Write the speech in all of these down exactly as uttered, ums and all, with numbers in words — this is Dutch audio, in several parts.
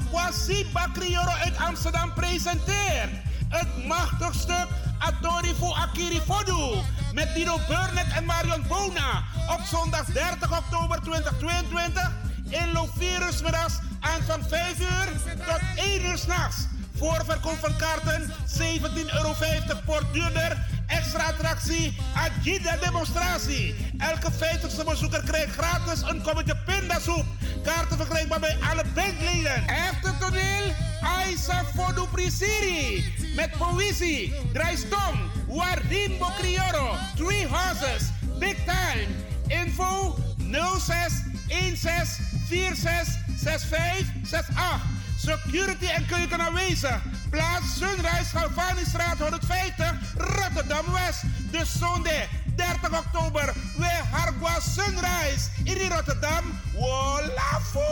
Kwasi Bakrioro uit Amsterdam presenteert het machtig stuk Adorifu Akiri Fodu met Dino Burnett en Marion Bona op zondag dertig oktober tweeduizend tweeëntwintig in Lovirus middags aan van vijf uur tot één uur 's nachts. Voorverkoop van kaarten zeventien euro vijftig per duurder. Extra attractie, Agida demonstratie. Elke vijftigste bezoeker krijgt gratis een kommetje pindasoep. Kaarten verkrijgbaar bij alle bandleden. Echte toneel, Aisa Fodu Prisiri. Met poëzie, Draaistong, Warimbo Crioro, Three Horses, Big Time. Info nul zes een zes vier zes zes vijf zes acht. Security en keuken aanwezig. Plaats Sunrise, Galvanistraat honderdvijftig, Rotterdam West. De zondag dertig oktober. We Hargwa Sunrise. In Rotterdam. Wolafo!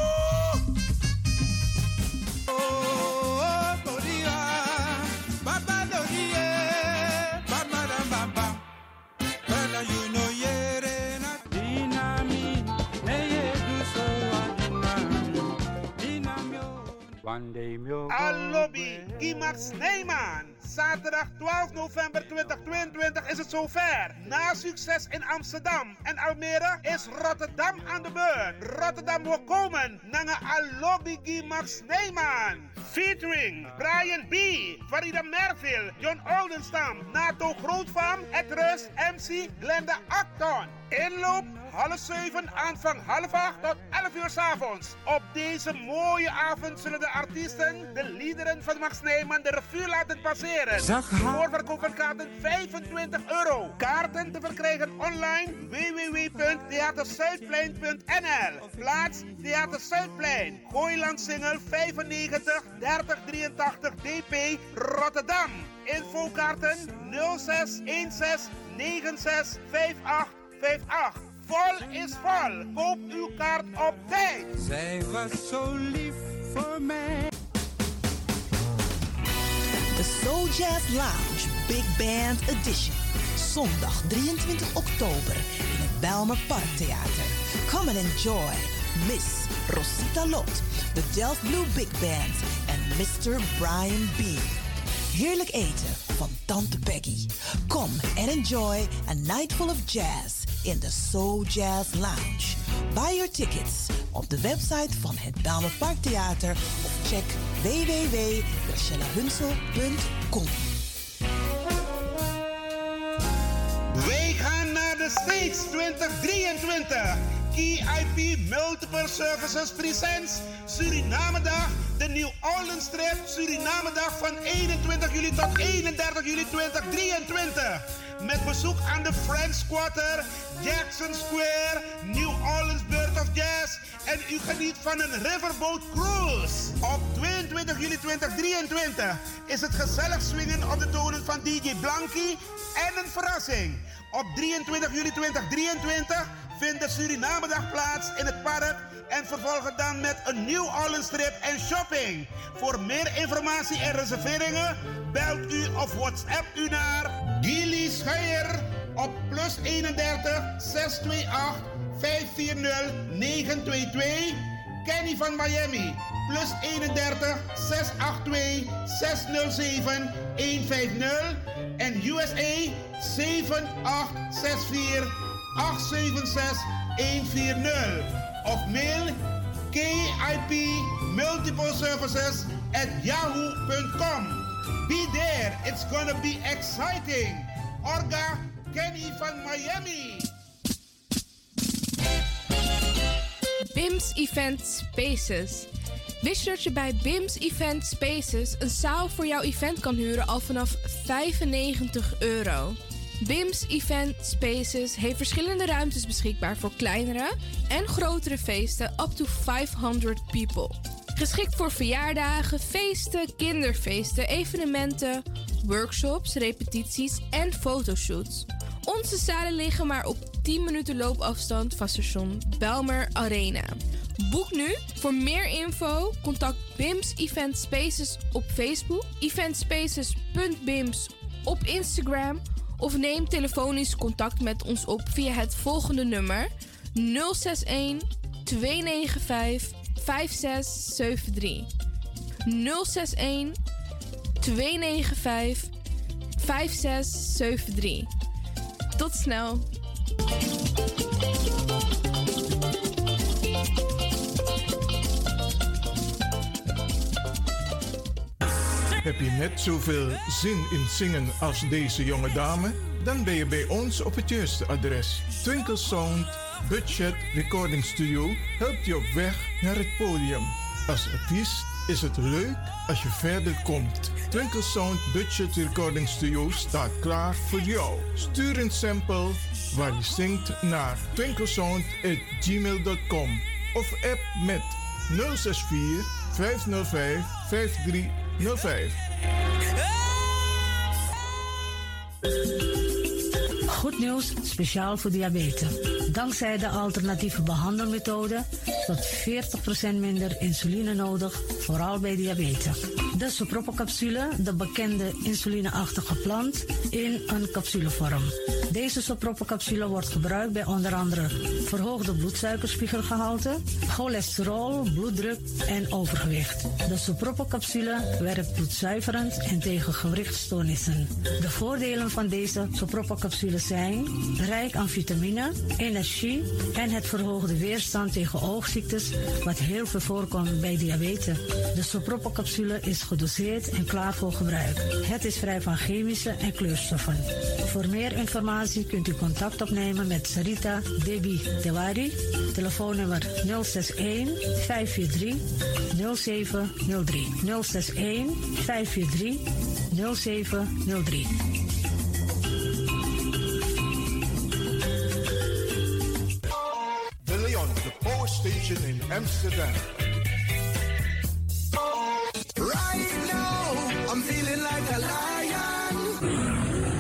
Oh, Bodia. Baba Dodia. Baba Baba. Baba, you know, yeah. Dinami. Hey, do so. Allobi, Gimax Neyman. Zaterdag twaalf november tweeduizend tweeëntwintig is het zover. Na succes in Amsterdam en Almere is Rotterdam aan de beurt. Rotterdam wil komen naar Allobi Gimax Neyman. Featuring Brian B., Farida Merville, John Oldenstam, Nato Grootvam, Ed Rus, M C Glenda Acton. Inloop half zeven, aanvang half acht tot elf uur 's avonds. Op deze mooie avond zullen de artiesten de liederen van Max Neyman de revue laten passeren. Voorverkoop van kaarten vijfentwintig euro. Kaarten te verkrijgen online w w w punt theaterzuidplein punt n l. Plaats Theater Zuidplein. Gooilandsingel vijfennegentig dertig drieëntachtig D P Rotterdam. Infokaarten nul zes een zes negen zes vijf acht vijf acht. Vol is vol. Koop uw kaart op tijd. Zij was zo lief voor mij. De Soul Jazz Lounge Big Band Edition. Zondag drieëntwintig oktober in het Bijlmer Parktheater. Come and enjoy Miss Rosita Lot, de Delft Blue Big Band en mister Brian B. Heerlijk eten van Tante Peggy. Come and enjoy a night full of jazz in the Soul Jazz Lounge. Buy your tickets op de website van het Bijlmer Parktheater of check w w w punt rachella hunsel punt com. Wij gaan naar de States twintig drieëntwintig. Key I P Multiple Services presents Surinamedag, de New Orleans Trip Surinamedag van eenentwintig juli tot eenendertig juli tweeduizend drieëntwintig. Met bezoek aan de French Quarter, Jackson Square, New Orleans Birth of Jazz en u geniet van een riverboat cruise. Op tweeëntwintig juli tweeduizend drieëntwintig is het gezellig swingen op de tonen van D J Blankie en een verrassing. Op drieëntwintig juli tweeduizend drieëntwintig vindt de Surinamedag plaats in het park en vervolgen dan met een New Orleans trip en shopping. Voor meer informatie en reserveringen belt u of WhatsApp u naar Gilly Scheier op plus eenendertig zeshonderdachtenveertig vijfhonderdveertig negenhonderdtweeëntwintig. Kenny van Miami plus eenendertig zeshonderdtweeëntachtig zeshonderdzeven honderdvijftig en U S A zeven acht zes vier acht zeven zes een vier nul of mail K I P Multiple Services at yahoo punt com. Be there, it's gonna be exciting. Orga Kenny van Miami. B I M S Event Spaces. Wist je dat je bij B I M S Event Spaces een zaal voor jouw event kan huren al vanaf vijfennegentig euro? B I M S Event Spaces heeft verschillende ruimtes beschikbaar voor kleinere en grotere feesten up to vijfhonderd people. Geschikt voor verjaardagen, feesten, kinderfeesten, evenementen, workshops, repetities en fotoshoots. Onze zalen liggen maar op tien minuten loopafstand van station Bijlmer Arena. Boek nu. Voor meer info contact B I M S Event Spaces op Facebook, eventspaces punt bims op Instagram of neem telefonisch contact met ons op via het volgende nummer nul zes een twee negen vijf vijf zes zeven drie. nul zes een twee negen vijf vijf zes zeven drie. Tot snel! Heb je net zoveel zin in zingen als deze jonge dame? Dan ben je bij ons op het juiste adres. Twinkle Sound Budget Recording Studio helpt je op weg naar het podium. Als artiest is het leuk als je verder komt. Twinkle Sound Budget Recording Studio staat klaar voor jou. Stuur een sample waar je zingt naar twinklesound at gmail dot com of app met nul zes vier vijf nul vijf vijf drie nul vijf. Goed nieuws, speciaal voor diabetes. Dankzij de alternatieve behandelmethode tot veertig procent minder insuline nodig, vooral bij diabetes. De Sopropo-capsule, de bekende insulineachtige plant, in een capsulevorm. Deze Sopropo-capsule wordt gebruikt bij onder andere verhoogde bloedsuikerspiegelgehalte, cholesterol, bloeddruk en overgewicht. De Sopropo-capsule werkt bloedzuiverend en tegen gewrichtstoornissen. De voordelen van deze Sopropo-capsule zijn rijk aan vitamine, energie en het verhoogde weerstand tegen oogziektes, wat heel veel voorkomt bij diabetes. De Sopropo-capsule is gedoseerd en klaar voor gebruik. Het is vrij van chemische en kleurstoffen. Voor meer informatie kunt u contact opnemen met Sarita Debi Tewari. Telefoonnummer nul zes een vijf vier drie nul zeven nul drie. nul zes een vijf vier drie nul zeven nul drie. De Leon, the power station in Amsterdam. Right now, I'm feeling like a lion.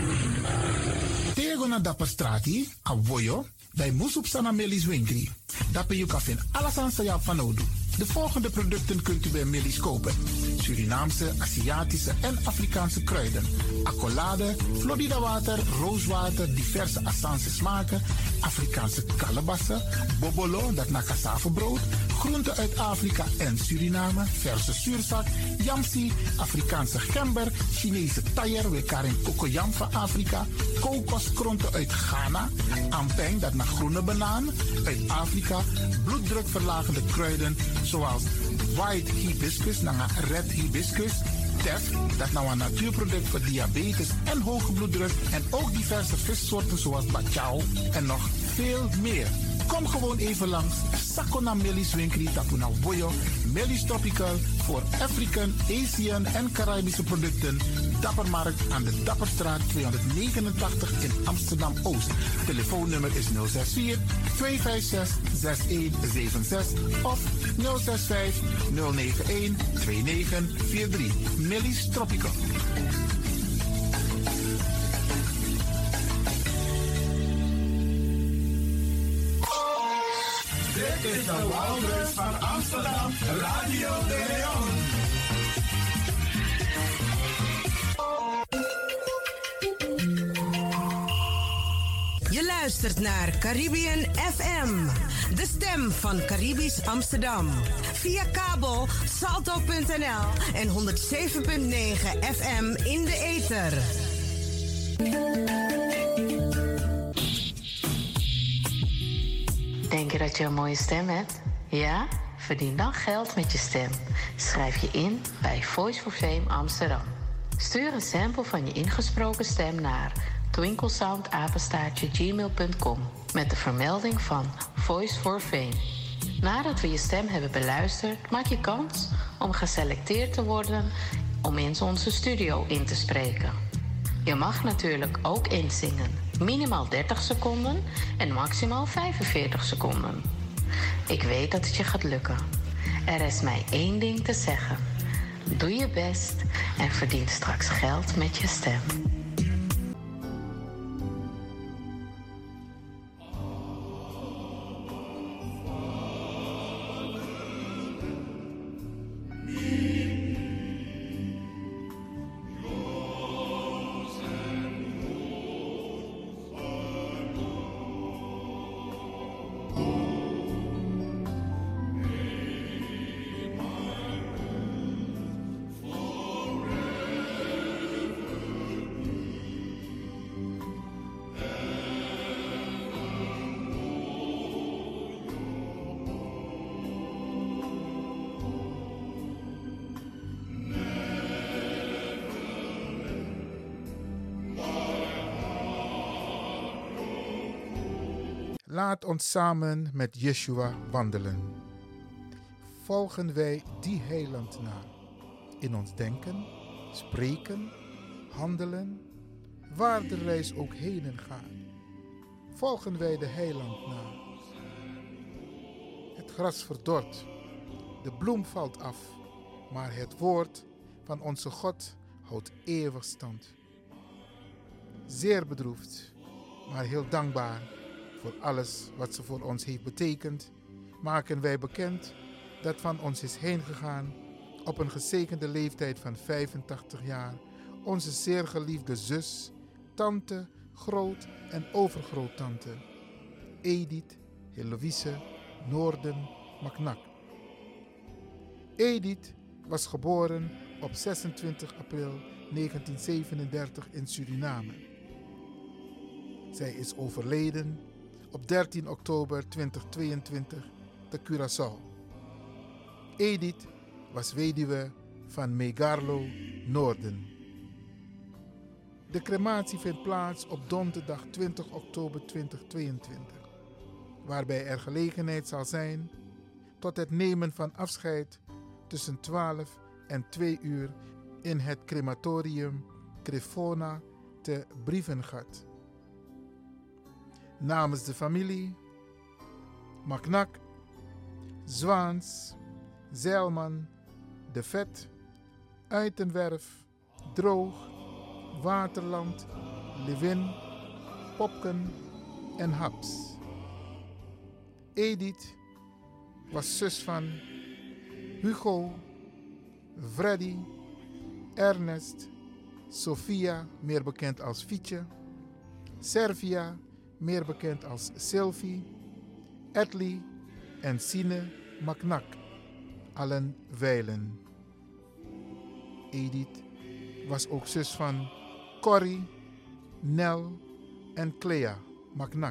Tego na dapper strati, a voyo, bij Moesop Sana Melis Winkri. Dapper you kan vinden alles aan Sayap van Odu. De volgende producten kunt u bij Melis kopen: Surinaamse, Aziatische en Afrikaanse kruiden, accolade, Florida water, rooswater, diverse Assange smaken, Afrikaanse kalebassen, bobolo, dat na cassavebrood, groenten uit Afrika en Suriname, verse zuurzak, yamsi, Afrikaanse gember, Chinese taier, we karin kokoyam van Afrika, kokoskronten uit Ghana, ampeng, dat na groene banaan, uit Afrika, bloeddrukverlagende kruiden zoals white hibiscus, na red hibiscus, tef, dat nou een natuurproduct voor diabetes en hoge bloeddruk, en ook diverse vissoorten zoals bachao en nog veel meer. Kom gewoon even langs. Sakona Melis Winkri Tapuna Boyo, Melis Tropical voor African, Asian en Caribische producten. Dappermarkt aan de Dapperstraat tweehonderdnegenentachtig in Amsterdam-Oost. Telefoonnummer is nul zes vier twee vijf zes zes een zeven zes of nul zes vijf nul negen een twee negen vier drie. Melis Tropical. Dit is de Wouders van Amsterdam, Radio de Leon. Je luistert naar Caribbean F M, de stem van Caribisch Amsterdam. Via kabel salto punt n l en honderd zeven punt negen F M in de ether. Denk je dat je een mooie stem hebt? Ja? Verdien dan geld met je stem. Schrijf je in bij Voice for Fame Amsterdam. Stuur een sample van je ingesproken stem naar twinklesound apenstaartje gmail punt com met de vermelding van Voice for Fame. Nadat we je stem hebben beluisterd, maak je kans om geselecteerd te worden om in onze studio in te spreken. Je mag natuurlijk ook inzingen. Minimaal dertig seconden en maximaal vijfenveertig seconden. Ik weet dat het je gaat lukken. Er is mij één ding te zeggen. Doe je best en verdien straks geld met je stem. Laat ons samen met Yeshua wandelen. Volgen wij die heiland na. In ons denken, spreken, handelen, waar de reis ook heen gaat. Volgen wij de heiland na. Het gras verdort, de bloem valt af, maar het woord van onze God houdt eeuwig stand. Zeer bedroefd, maar heel dankbaar voor alles wat ze voor ons heeft betekend, maken wij bekend dat van ons is heen gegaan op een gezegende leeftijd van vijfentachtig jaar onze zeer geliefde zus, tante, groot- en overgroottante Edith Heloïse Noorden Macnak. Edith was geboren op zesentwintig april negentienzevenendertig in Suriname. Zij is overleden op dertien oktober tweeduizend tweeëntwintig te Curaçao. Edith was weduwe van Megarlo Noorden. De crematie vindt plaats op donderdag twintig oktober tweeduizend tweeëntwintig, waarbij er gelegenheid zal zijn tot het nemen van afscheid tussen twaalf en twee uur in het crematorium Crefona te Brievengat. Namens de familie Macnak, Zwaans, Zeilman, De Vet, Uitenwerf, Droog, Waterland, Lewin, Popken en Haps. Edith was zus van Hugo, Freddy, Ernest, Sophia, meer bekend als Fietje, Servia, meer bekend als Sylvie, Edley en Sine Macnak, allen wijlen. Edith was ook zus van Corrie, Nel en Clea Macnak.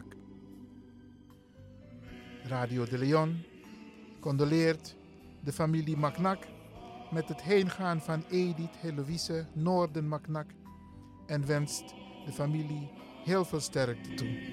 Radio de Leon condoleert de familie Macnak met het heengaan van Edith Heloïse Noorden Macnak en wenst de familie heel veel sterkte toe.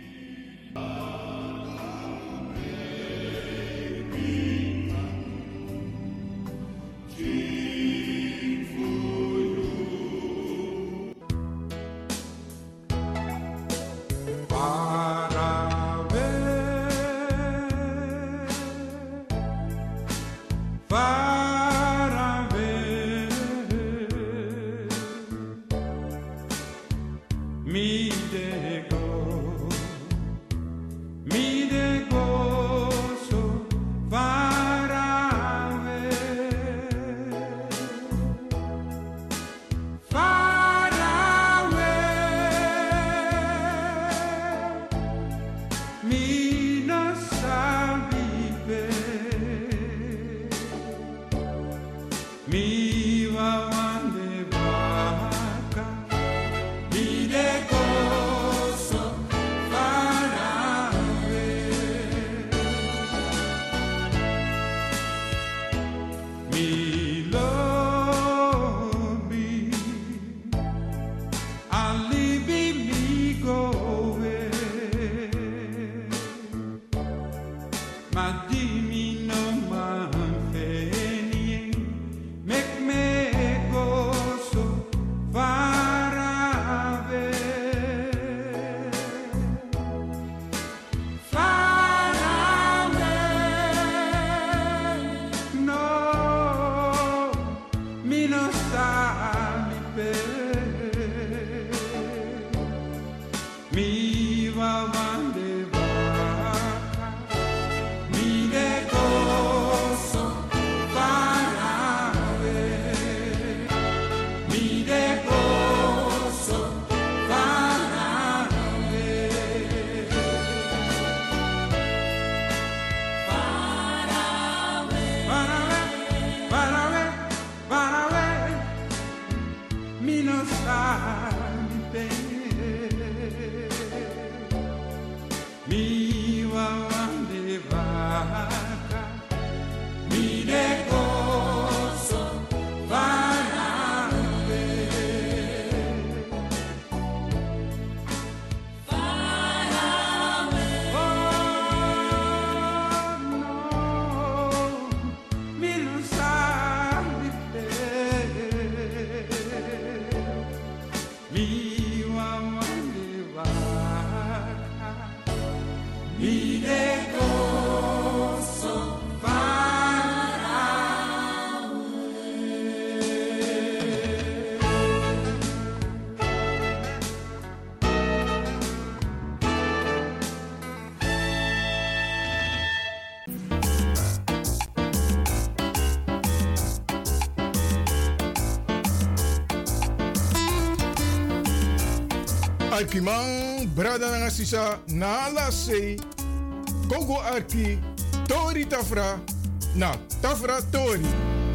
Alkimang, brada nga sisa, na lase, kogo arki, tori tafra, na tafra tori.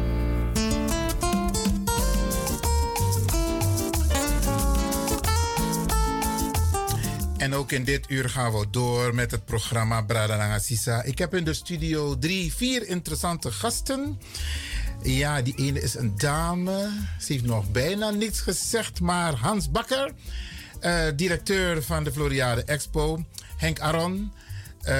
En ook in dit uur gaan we door met het programma Brada Nangasisa. Ik heb in de studio drie, vier interessante gasten. Ja, die ene is een dame. Ze heeft nog bijna niets gezegd, maar Hans Bakker, uh, directeur van de Floriade Expo. Henk Aron. Uh,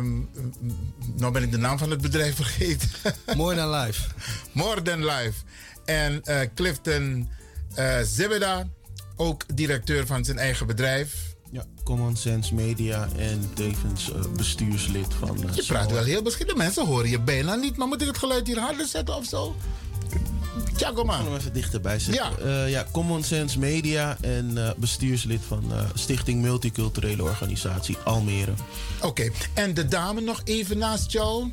nou ben ik de naam van het bedrijf vergeten. More Than Life. More Than Life. En uh, Clifton uh, Zebeda, ook directeur van zijn eigen bedrijf. Ja, Common Sense Media en tevens uh, bestuurslid van... Uh, je praat wel heel bescheiden. Mensen horen je bijna niet, maar moet ik het geluid hier harder zetten of zo? Tjago man. Ik kan hem even dichterbij zetten. Ja, uh, ja Common Sense Media en uh, bestuurslid van uh, Stichting Multiculturele Organisatie Almere. Oké, okay. En de dame nog even naast jou?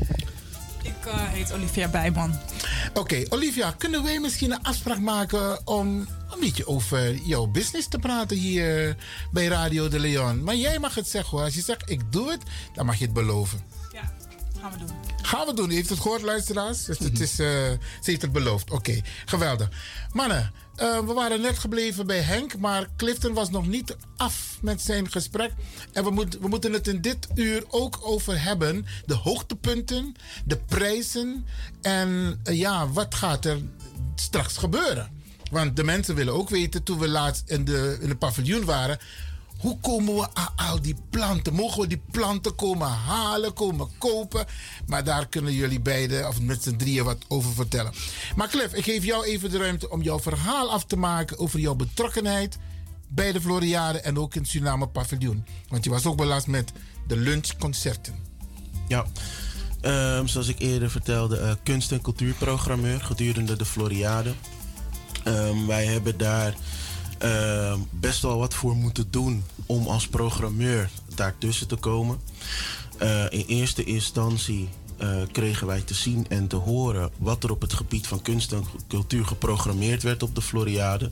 Ik uh, heet Olivia Bijman. Oké, okay, Olivia, kunnen wij misschien een afspraak maken om een beetje over jouw business te praten hier bij Radio de Leon? Maar jij mag het zeggen hoor. Als je zegt ik doe het, dan mag je het beloven. Ja, gaan we doen. Gaan we doen. U heeft het gehoord, luisteraars? Dus het is, uh, ze heeft het beloofd. Oké, okay, geweldig. Mannen, uh, we waren net gebleven bij Henk, maar Clifton was nog niet af met zijn gesprek. En we, moet, we moeten het in dit uur ook over hebben. De hoogtepunten, de prijzen en uh, ja, wat gaat er straks gebeuren? Want de mensen willen ook weten, toen we laatst in de, in de paviljoen waren, hoe komen we aan al die planten? Mogen we die planten komen halen, komen kopen? Maar daar kunnen jullie beiden, of met z'n drieën, wat over vertellen. Maar Cliff, ik geef jou even de ruimte om jouw verhaal af te maken over jouw betrokkenheid bij de Floriade en ook in het Suriname paviljoen. Want je was ook belast met de lunchconcerten. Ja, um, zoals ik eerder vertelde, uh, kunst- en cultuurprogrammeur gedurende de Floriade. Um, wij hebben daar uh, best wel wat voor moeten doen om als programmeur daartussen te komen. Uh, in eerste instantie uh, kregen wij te zien en te horen wat er op het gebied van kunst en cultuur geprogrammeerd werd op de Floriade.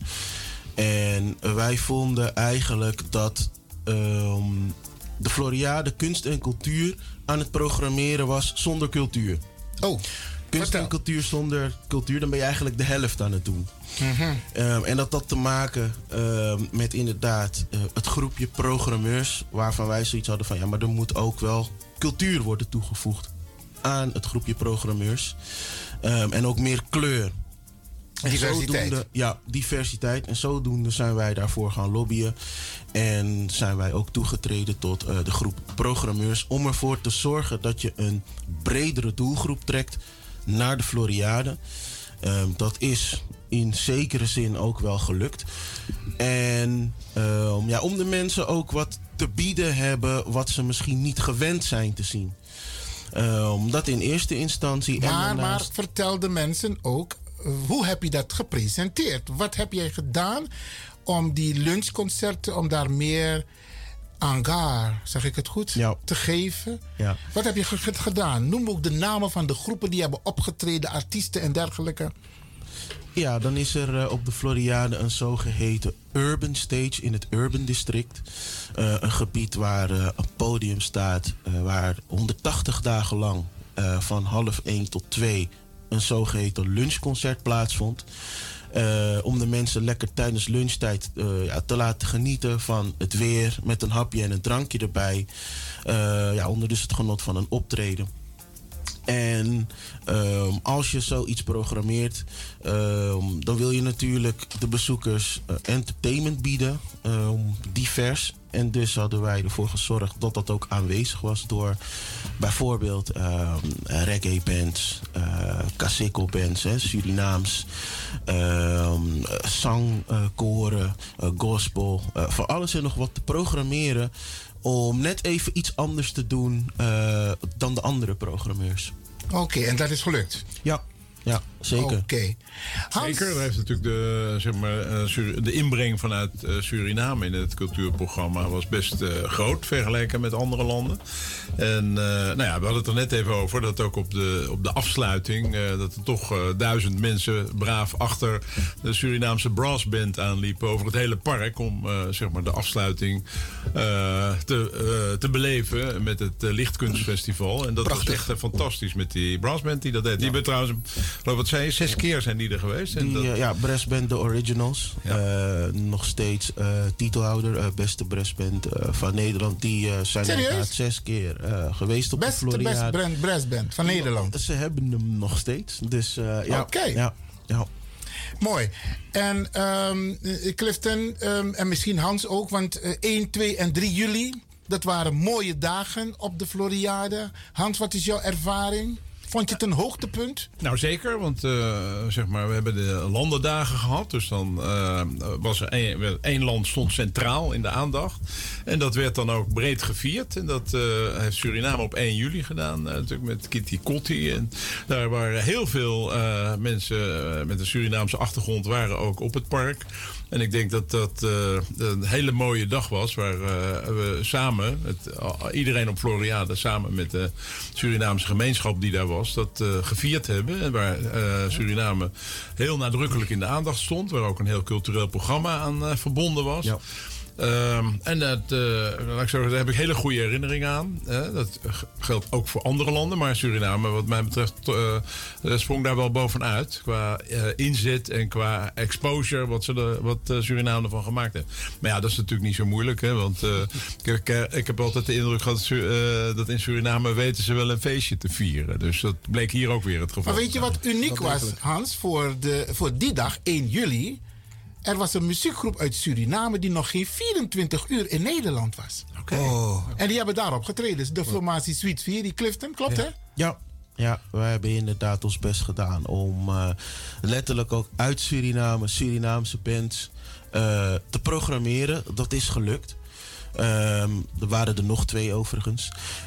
En wij vonden eigenlijk dat um, de Floriade kunst en cultuur aan het programmeren was zonder cultuur. Oh. Kunst en cultuur zonder cultuur, dan ben je eigenlijk de helft aan het doen. Mm-hmm. Um, en dat had te maken um, met inderdaad uh, het groepje programmeurs, waarvan wij zoiets hadden van ja, maar er moet ook wel cultuur worden toegevoegd aan het groepje programmeurs. Um, en ook meer kleur. Diversiteit. Zodoende, ja, diversiteit. En zodoende zijn wij daarvoor gaan lobbyen. En zijn wij ook toegetreden tot uh, de groep programmeurs om ervoor te zorgen dat je een bredere doelgroep trekt naar de Floriade. Um, dat is in zekere zin ook wel gelukt. En um, ja, om de mensen ook wat te bieden hebben wat ze misschien niet gewend zijn te zien. Um, dat in eerste instantie. Maar, en daarnaast... maar vertel de mensen ook, hoe heb je dat gepresenteerd? Wat heb jij gedaan om die lunchconcerten, om daar meer hangar, zeg ik het goed, ja. te geven? Ja. Wat heb je g- gedaan? Noem ook de namen van de groepen die hebben opgetreden, artiesten en dergelijke. Ja, dan is er uh, op de Floriade een zogeheten Urban Stage in het Urban District. Uh, een gebied waar uh, een podium staat uh, waar honderdtachtig dagen lang uh, van half één tot twee een zogeheten lunchconcert plaatsvond. Uh, om de mensen lekker tijdens lunchtijd uh, ja, te laten genieten van het weer met een hapje en een drankje erbij. Uh, ja, onder dus het genot van een optreden. En um, als je zoiets programmeert, um, dan wil je natuurlijk de bezoekers uh, entertainment bieden, um, divers. En dus hadden wij ervoor gezorgd dat dat ook aanwezig was door bijvoorbeeld um, reggae bands, uh, Kaseko bands, hè, Surinaams, um, zangkoren, uh, gospel, uh, voor alles en nog wat te programmeren om net even iets anders te doen uh, dan de andere programmeurs. Oké, okay, en dat is gelukt? Ja. Ja, zeker. Oké. Okay. Zeker, daar heeft natuurlijk de, zeg maar, de inbreng vanuit Suriname in het cultuurprogramma was best uh, groot vergeleken met andere landen. En uh, nou ja, we hadden het er net even over dat ook op de, op de afsluiting uh, dat er toch uh, duizend mensen braaf achter de Surinaamse brassband aanliepen over het hele park om uh, zeg maar de afsluiting uh, te, uh, te beleven met het uh, Lichtkunstfestival. En dat Prachtig. was echt uh, fantastisch met die brassband die dat deed. Die ja. ben trouwens, wat zei je, zes keer zijn die er geweest. En die, dat... Ja, brassband The Originals. Ja. Uh, nog steeds uh, titelhouder, uh, beste brassband uh, van Nederland. Die uh, zijn inderdaad zes keer uh, geweest op best, de Floriade. Beste brassband van Nederland. Ze hebben hem nog steeds. Dus uh, ja. Oké. Okay. Ja, ja. Mooi. En um, Clifton, um, en misschien Hans ook, want uh, één, twee en drie juli, dat waren mooie dagen op de Floriade. Hans, wat is jouw ervaring? Vond je het een hoogtepunt? Nou zeker, want uh, zeg maar, we hebben de landendagen gehad. Dus dan uh, was er één, één land stond centraal in de aandacht. En dat werd dan ook breed gevierd. En dat uh, heeft Suriname op één juli gedaan. Uh, natuurlijk met Kitty Kotti. En daar waren heel veel uh, mensen uh, met een Surinaamse achtergrond waren ook op het park. En ik denk dat dat uh, een hele mooie dag was. Waar uh, we samen, het, uh, iedereen op Floriade samen met de Surinaamse gemeenschap die daar was, dat uh, gevierd hebben. En waar uh, Suriname heel nadrukkelijk in de aandacht stond. Waar ook een heel cultureel programma aan uh, verbonden was. Ja. Um, en dat, uh, laat ik zeggen, daar heb ik hele goede herinneringen aan. Hè. Dat geldt ook voor andere landen. Maar Suriname, wat mij betreft, uh, sprong daar wel bovenuit. Qua uh, inzet en qua exposure, wat, ze de, wat uh, Suriname ervan gemaakt heeft. Maar ja, dat is natuurlijk niet zo moeilijk. Hè, want uh, ik, ik heb altijd de indruk gehad uh, dat in Suriname weten ze wel een feestje te vieren. Dus dat bleek hier ook weer het geval. Maar weet je wat uniek was, Hans, voor, de, voor die dag, één juli... Er was een muziekgroep uit Suriname die nog geen vierentwintig uur in Nederland was. Oké. Okay. Oh. En die hebben daarop getreden. Dus de formatie Suite vier, die Clifton, klopt ja. hè? Ja. Ja, wij hebben inderdaad ons best gedaan om uh, letterlijk ook uit Suriname, Surinaamse bands uh, te programmeren. Dat is gelukt. Um, er waren er nog twee overigens.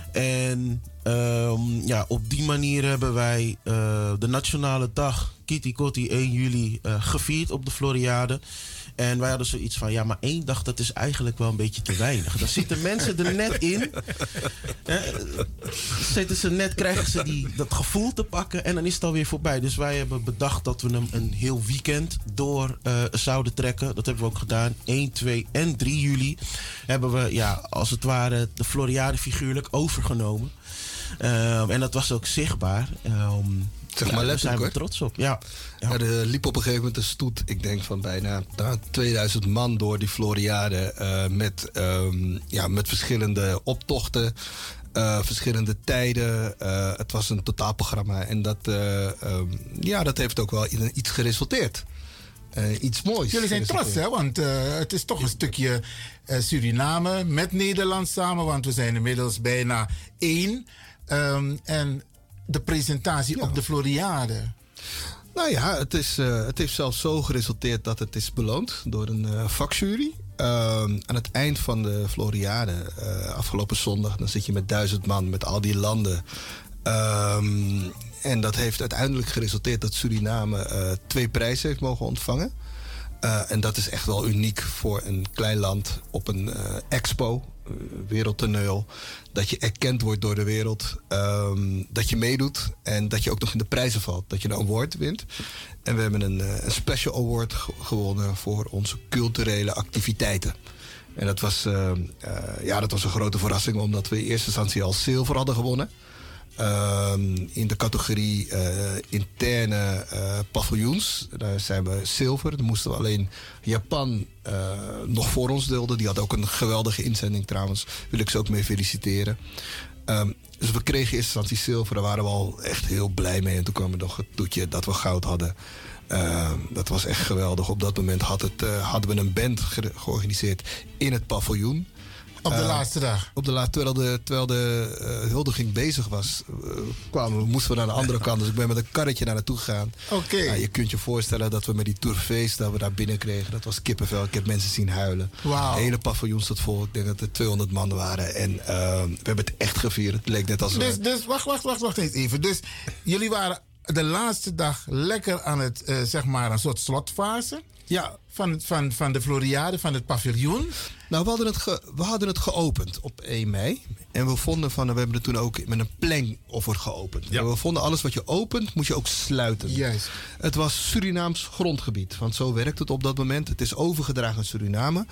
En um, ja, op die manier hebben wij uh, de Nationale Dag Kitty Kotti één juli uh, gevierd op de Floriade. En wij hadden zoiets van, ja, maar één dag, dat is eigenlijk wel een beetje te weinig. Dan zitten mensen er net in. Eh, zitten ze net, krijgen ze die, dat gevoel te pakken en dan is het alweer voorbij. Dus wij hebben bedacht dat we hem een heel weekend door uh, zouden trekken. Dat hebben we ook gedaan. één, twee en drie juli hebben we, ja, als het ware de Floriade figuurlijk overgenomen. Uh, en dat was ook zichtbaar. Um, Zeg maar ja, letterlijk, daar zijn we hoor. trots op. Ja. Ja. Ja, er liep op een gegeven moment een stoet, ik denk van bijna nou, tweeduizend man door die Floriade. Uh, met, um, ja, met verschillende optochten, uh, verschillende tijden. Uh, het was een totaalprogramma en dat, uh, um, ja, dat heeft ook wel in iets geresulteerd. Uh, iets moois. Jullie zijn trots, hè? Want uh, het is toch een stukje uh, Suriname met Nederland samen. Want we zijn inmiddels bijna één. Um, en de presentatie ja. op de Floriade. Nou ja, het, is, uh, het heeft zelfs zo geresulteerd dat het is beloond door een uh, vakjury. Uh, aan het eind van de Floriade, uh, afgelopen zondag, dan zit je met duizend man, met al die landen. Um, en dat heeft uiteindelijk geresulteerd dat Suriname uh, twee prijzen heeft mogen ontvangen. Uh, en dat is echt wel uniek voor een klein land op een uh, expo, uh, wereldtoneel. Dat je erkend wordt door de wereld. Um, dat je meedoet en dat je ook nog in de prijzen valt. Dat je een award wint. En we hebben een, uh, een special award ge- gewonnen voor onze culturele activiteiten. En dat was, uh, uh, ja, dat was een grote verrassing, omdat we in eerste instantie al zilver hadden gewonnen. Um, in de categorie uh, interne uh, paviljoens. Daar zijn we zilver. Dan moesten we alleen Japan uh, nog voor ons dulden. Die had ook een geweldige inzending trouwens. Wil ik ze ook mee feliciteren. Um, dus we kregen in eerste instantie zilver. Daar waren we al echt heel blij mee. En toen kwam er nog het toetje dat we goud hadden. Uh, dat was echt geweldig. Op dat moment had het, uh, hadden we een band ge- georganiseerd in het paviljoen. Op de uh, laatste dag? Op de la- terwijl de, terwijl de uh, huldiging bezig was, uh, kwamen we, moesten we naar de andere kant. Dus ik ben met een karretje naar naartoe gegaan. Oké. Okay. Uh, je kunt je voorstellen dat we met die tourfeest dat we daar binnen kregen. Dat was kippenvel. Ik heb mensen zien huilen. Wow. Het hele paviljoen stond vol. Ik denk dat er tweehonderd man waren. En uh, we hebben het echt gevierd. Het leek net als... Dus, dus wacht, wacht, wacht, wacht eens even. Dus jullie waren de laatste dag lekker aan het, uh, zeg maar, een soort slotfase. Ja. Van, van, van de Floriade, van het paviljoen. Nou, we hadden het, ge, we hadden het geopend op één mei. En we vonden van, we hebben het toen ook met een plengoffer geopend. Ja. En we vonden alles wat je opent, moet je ook sluiten. Juist. Het was Surinaams grondgebied. Want zo werkt het op dat moment. Het is overgedragen aan Suriname.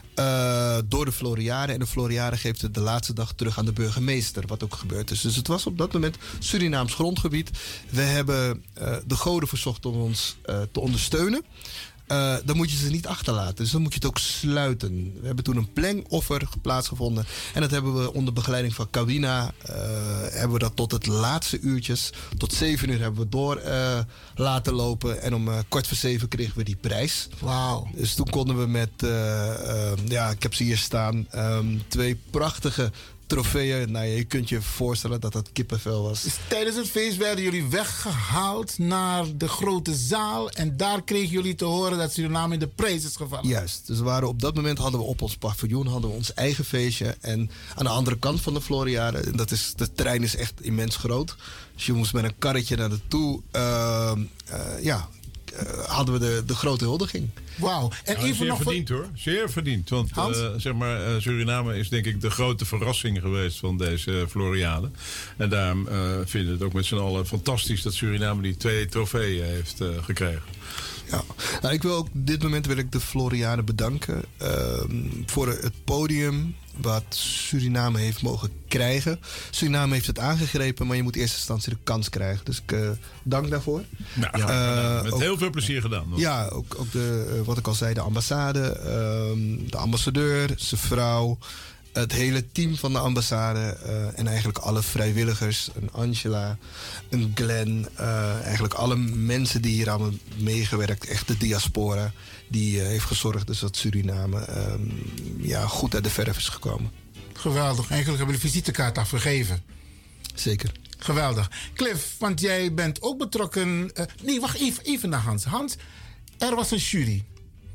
Uh, door de Floriade. En de Floriade geeft het de laatste dag terug aan de burgemeester. Wat ook gebeurd is. Dus het was op dat moment Surinaams grondgebied. We hebben uh, de goden verzocht om ons uh, te ondersteunen. Uh, dan moet je ze niet achterlaten. Dus dan moet je het ook sluiten. We hebben toen een plengoffer plaatsgevonden. En dat hebben we onder begeleiding van Kawina. Uh, hebben we dat tot het laatste uurtjes. Tot zeven uur hebben we door uh, laten lopen. En om uh, kwart voor zeven kregen we die prijs. Wauw. Dus toen konden we met, uh, uh, ja, ik heb ze hier staan. Um, twee prachtige trofeeën. Nou, je kunt je voorstellen dat dat kippenvel was. Dus tijdens het feest werden jullie weggehaald naar de grote zaal. En daar kregen jullie te horen dat Suriname in de prijs is gevallen. Juist. Dus we waren op dat moment hadden we op ons paviljoen hadden we ons eigen feestje. En aan de andere kant van de Floriade, dat is, de terrein is echt immens groot. Dus je moest met een karretje naar naartoe. Uh, uh, ja, uh, hadden we de, de grote huldiging. Wauw. En ja, even zeer nog verdiend hoor. Zeer verdiend. Want uh, zeg maar, uh, Suriname is denk ik de grote verrassing geweest van deze uh, Floriade. En daarom uh, vinden we het ook met z'n allen fantastisch dat Suriname die twee trofeeën heeft uh, gekregen. Ja, nou, ik wil ook op dit moment wil ik de Floriade bedanken uh, voor het podium wat Suriname heeft mogen krijgen. Suriname heeft het aangegrepen, maar je moet in eerste instantie de kans krijgen. Dus ik uh, dank daarvoor. Nou, ja, uh, met ook, heel veel plezier gedaan. Hoor. Ja, ook, ook de, uh, wat ik al zei, de ambassade, uh, de ambassadeur, zijn vrouw, het hele team van de ambassade uh, en eigenlijk alle vrijwilligers. Een Angela, een Glenn, uh, eigenlijk alle mensen die hier aan meegewerkt. Echt de diaspora die uh, heeft gezorgd dus dat Suriname um, ja, goed uit de verf is gekomen. Geweldig. Eigenlijk hebben we de visitekaart afgegeven. Zeker. Geweldig. Cliff, want jij bent ook betrokken. Uh, nee, wacht even, even naar Hans. Hans, er was een jury.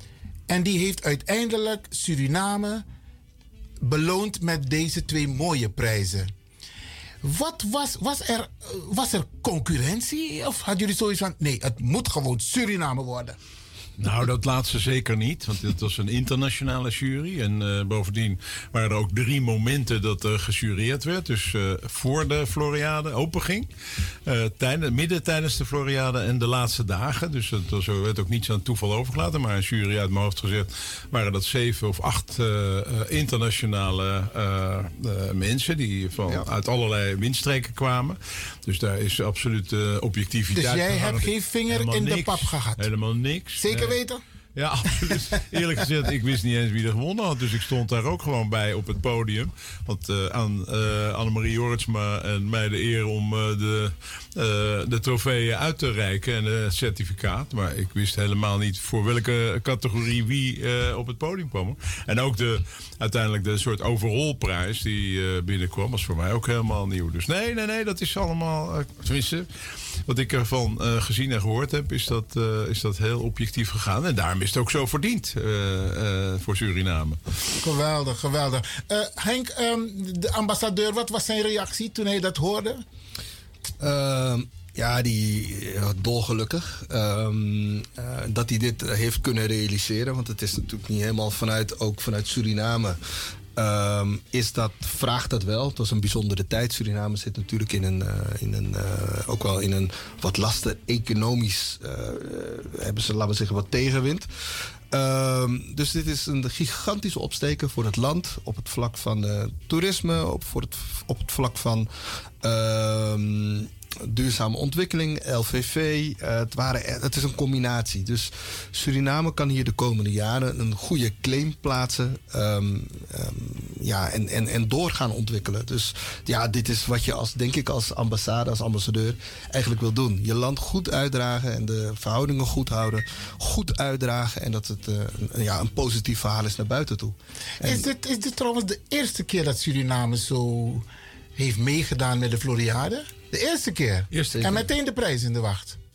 En die heeft uiteindelijk Suriname beloond met deze twee mooie prijzen. Wat was, was, er, was er concurrentie? Of hadden jullie zoiets van, nee, het moet gewoon Suriname worden? Nou, dat laatste zeker niet, want het was een internationale jury. En uh, bovendien waren er ook drie momenten dat er gejureerd werd. Dus uh, voor de Floriade openging, uh, tijdens, midden tijdens de Floriade en de laatste dagen. Dus het was, werd ook niet aan toeval overgelaten. Maar een jury uit mijn hoofd gezegd waren dat zeven of acht uh, uh, internationale uh, uh, mensen die van, ja. uit allerlei windstreken kwamen. Dus daar is absoluut uh, objectiviteit. Dus jij hebt geen vinger helemaal in niks, de pap gehad? Helemaal niks. Zeker weten? Ja, absoluut. Eerlijk gezegd, ik wist niet eens wie er gewonnen had. Dus ik stond daar ook gewoon bij op het podium. Want uh, aan uh, Annemarie Jorritsma en mij de eer om uh, de, uh, de trofeeën uit te reiken en het certificaat. Maar ik wist helemaal niet voor welke categorie wie uh, op het podium kwam. En ook de, uiteindelijk de soort overallprijs die uh, binnenkwam was voor mij ook helemaal nieuw. Dus nee, nee, nee, dat is allemaal... Uh, tenminste, wat ik ervan uh, gezien en gehoord heb, is dat, uh, is dat heel objectief gegaan. En daarom is het ook zo verdiend uh, uh, voor Suriname. Geweldig, geweldig. Uh, Henk, um, de ambassadeur, wat was zijn reactie toen hij dat hoorde? Uh, ja, die uh, dolgelukkig um, uh, dat hij dit uh, heeft kunnen realiseren. Want het is natuurlijk niet helemaal vanuit, ook vanuit Suriname. Um, is dat, vraagt dat wel. Het was een bijzondere tijd. Suriname zit natuurlijk in een, uh, in een uh, ook wel in een wat lastig economisch, uh, hebben ze, laten we zeggen, wat tegenwind. Um, dus dit is een gigantische opsteken voor het land op het vlak van uh, toerisme, op, voor het, op het vlak van um, duurzame ontwikkeling, L V V. Uh, het, waren, het is een combinatie. Dus Suriname kan hier de komende jaren een goede claim plaatsen. Um, um, ja, en, en, en door gaan ontwikkelen. Dus ja, dit is wat je als, denk ik, als ambassade, als ambassadeur eigenlijk wil doen. Je land goed uitdragen en de verhoudingen goed houden. Goed uitdragen en dat het uh, een, ja, een positief verhaal is naar buiten toe. En is, dit, is dit trouwens de eerste keer dat Suriname zo heeft meegedaan met de Floriade? De eerste keer. Eerste en meteen de prijs in de wacht.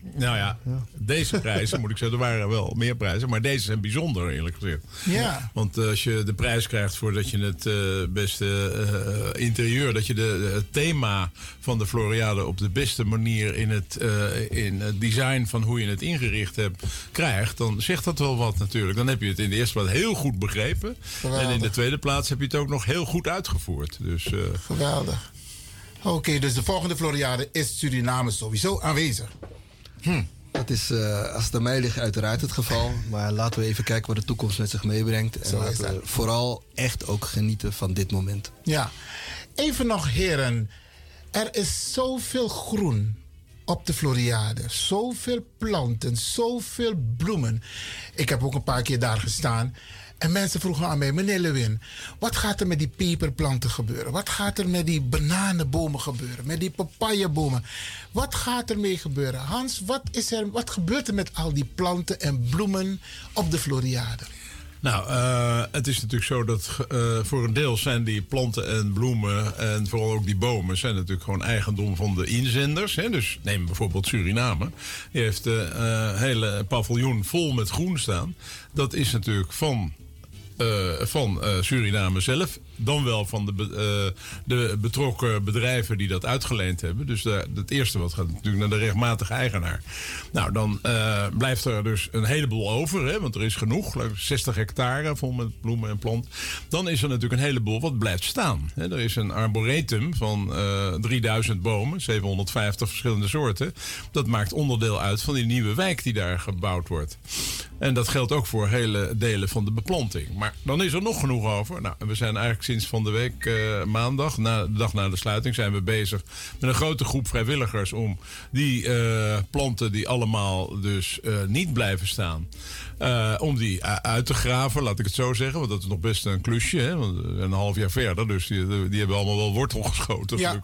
Nou ja, ja, deze prijzen, moet ik zeggen, er waren wel meer prijzen. Maar deze zijn bijzonder, eerlijk gezegd. Ja. Want uh, als je de prijs krijgt voor dat je het uh, beste uh, interieur... dat je de, het thema van de Floriade op de beste manier... in het, uh, in het design van hoe je het ingericht hebt krijgt... dan zegt dat wel wat natuurlijk. Dan heb je het in de eerste plaats heel goed begrepen. Geweldig. En in de tweede plaats heb je het ook nog heel goed uitgevoerd. Dus, uh, geweldig. Oké, okay, dus de volgende Floriade is Suriname sowieso aanwezig. Hm. Dat is, uh, als het aan mij ligt, uiteraard het geval. Maar laten we even kijken wat de toekomst met zich meebrengt. En Zo laten we vooral echt ook genieten van dit moment. Ja. Even nog, heren. Er is zoveel groen op de Floriade. Zoveel planten, zoveel bloemen. Ik heb ook een paar keer daar gestaan. En mensen vroegen aan mij, meneer Lewin, wat gaat er met die peperplanten gebeuren? Wat gaat er met die bananenbomen gebeuren? Met die papayebomen? Wat gaat er mee gebeuren? Hans, wat, is er, wat gebeurt er met al die planten en bloemen op de Floriade? Nou, uh, het is natuurlijk zo dat uh, voor een deel zijn die planten en bloemen... en vooral ook die bomen zijn natuurlijk gewoon eigendom van de inzenders. Hè? Dus neem bijvoorbeeld Suriname. Die heeft een uh, hele paviljoen vol met groen staan. Dat is natuurlijk van... Uh, van uh, Suriname zelf, dan wel van de, be, uh, de betrokken bedrijven die dat uitgeleend hebben. Dus de, het eerste wat gaat natuurlijk naar de rechtmatige eigenaar. Nou, dan uh, blijft er dus een heleboel over, hè, want er is genoeg, zestig hectare vol met bloemen en plant. Dan is er natuurlijk een heleboel wat blijft staan. Hè. Er is een arboretum van uh, drieduizend bomen, zevenhonderdvijftig verschillende soorten. Dat maakt onderdeel uit van die nieuwe wijk die daar gebouwd wordt. En dat geldt ook voor hele delen van de beplanting. Maar dan is er nog genoeg over. Nou, we zijn eigenlijk sinds van de week uh, maandag, na, de dag na de sluiting, zijn we bezig met een grote groep vrijwilligers om die uh, planten die allemaal dus uh, niet blijven staan, uh, om die uit te graven, laat ik het zo zeggen. Want dat is nog best een klusje, hè? Want een half jaar verder. Dus die, die hebben allemaal wel wortel geschoten. Ja.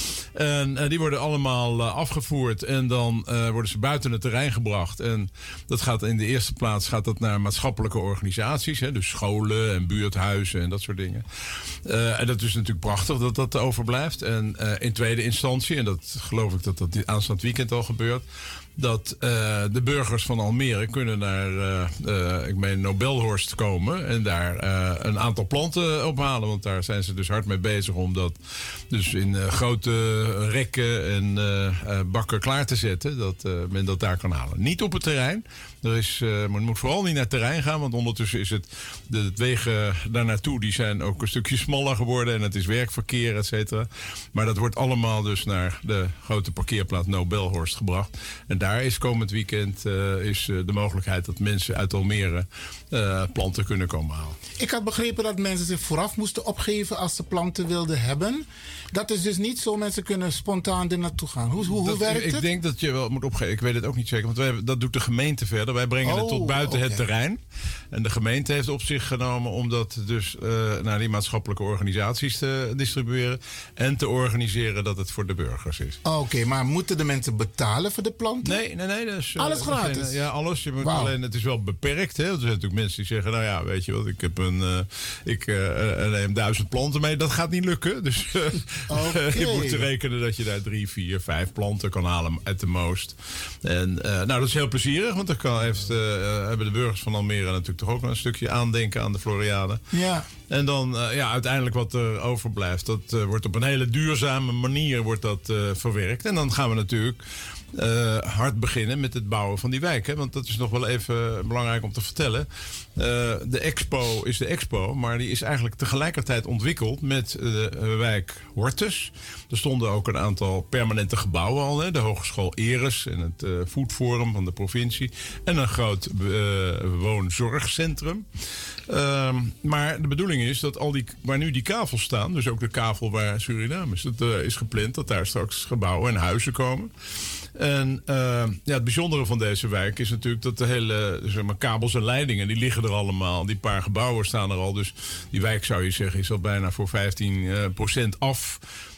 En uh, die worden allemaal uh, afgevoerd en dan uh, worden ze buiten het terrein gebracht. En dat gaat in de eerste plaats gaat dat naar maatschappelijke organisaties, hè? Dus scholen en buurthuizen en dat soort dingen. Uh, en dat is natuurlijk prachtig dat dat overblijft. En uh, in tweede instantie, en dat geloof ik dat dat aanstaand weekend al gebeurt, dat uh, de burgers van Almere kunnen naar, uh, uh, ik meen, Nobelhorst komen en daar uh, een aantal planten ophalen. Want daar zijn ze dus hard mee bezig om dat dus in uh, grote rekken en uh, uh, bakken klaar te zetten. Dat uh, men dat daar kan halen. Niet op het terrein. Er is, uh, men moet vooral niet naar het terrein gaan, want ondertussen is het, de, de wegen daar naartoe, die zijn ook een stukje smaller geworden en het is werkverkeer, et cetera. Maar dat wordt allemaal dus naar de grote parkeerplaats Nobelhorst gebracht. En daar is komend weekend uh, is, uh, de mogelijkheid dat mensen uit Almere uh, planten kunnen komen halen. Ik had begrepen dat mensen zich vooraf moesten opgeven als ze planten wilden hebben. Dat is dus niet zo, mensen kunnen spontaan er naartoe gaan. Hoe, hoe, dat, hoe werkt ik, het? Ik denk dat je wel moet opgeven. Ik weet het ook niet zeker, want wij, dat doet de gemeente verder. Wij brengen oh, het tot buiten okay. het terrein. En de gemeente heeft op zich genomen om dat dus uh, naar die maatschappelijke organisaties te distribueren. En te organiseren dat het voor de burgers is. Oké, okay, maar moeten de mensen betalen voor de planten? Nee, nee, nee. Dus, uh, alles gratis? Geen, ja, alles. Je moet wow. alleen, het is wel beperkt. Hè? Er zijn natuurlijk mensen die zeggen, nou ja, weet je wat, ik heb een, uh, ik uh, neem duizend planten mee. Dat gaat niet lukken. Dus uh, okay. je moet rekenen dat je daar drie, vier, vijf planten kan halen at the most. En uh, nou, dat is heel plezierig, want dan kan, heeft, uh, hebben de burgers van Almere natuurlijk toch ook een stukje aandenken aan de Floriade. Ja. En dan, uh, ja, uiteindelijk wat er overblijft, dat uh, wordt op een hele duurzame manier wordt dat, uh, verwerkt. En dan gaan we natuurlijk uh, hard beginnen met het bouwen van die wijk. Hè? Want dat is nog wel even belangrijk om te vertellen. Uh, de expo is de expo, maar die is eigenlijk tegelijkertijd ontwikkeld met de uh, wijk Hortus. Er stonden ook een aantal permanente gebouwen al. Hè? De Hogeschool Eres en het uh, Food Forum van de provincie. En een groot uh, woonzorgcentrum. Uh, maar de bedoeling is dat al die, waar nu die kavels staan, dus ook de kavel waar Suriname is, dat uh, is gepland dat daar straks gebouwen en huizen komen. En uh, ja, het bijzondere van deze wijk is natuurlijk dat de hele, zeg maar, kabels en leidingen, die liggen er allemaal. Die paar gebouwen staan er al. Dus die wijk, zou je zeggen, is al bijna voor vijftien procent af.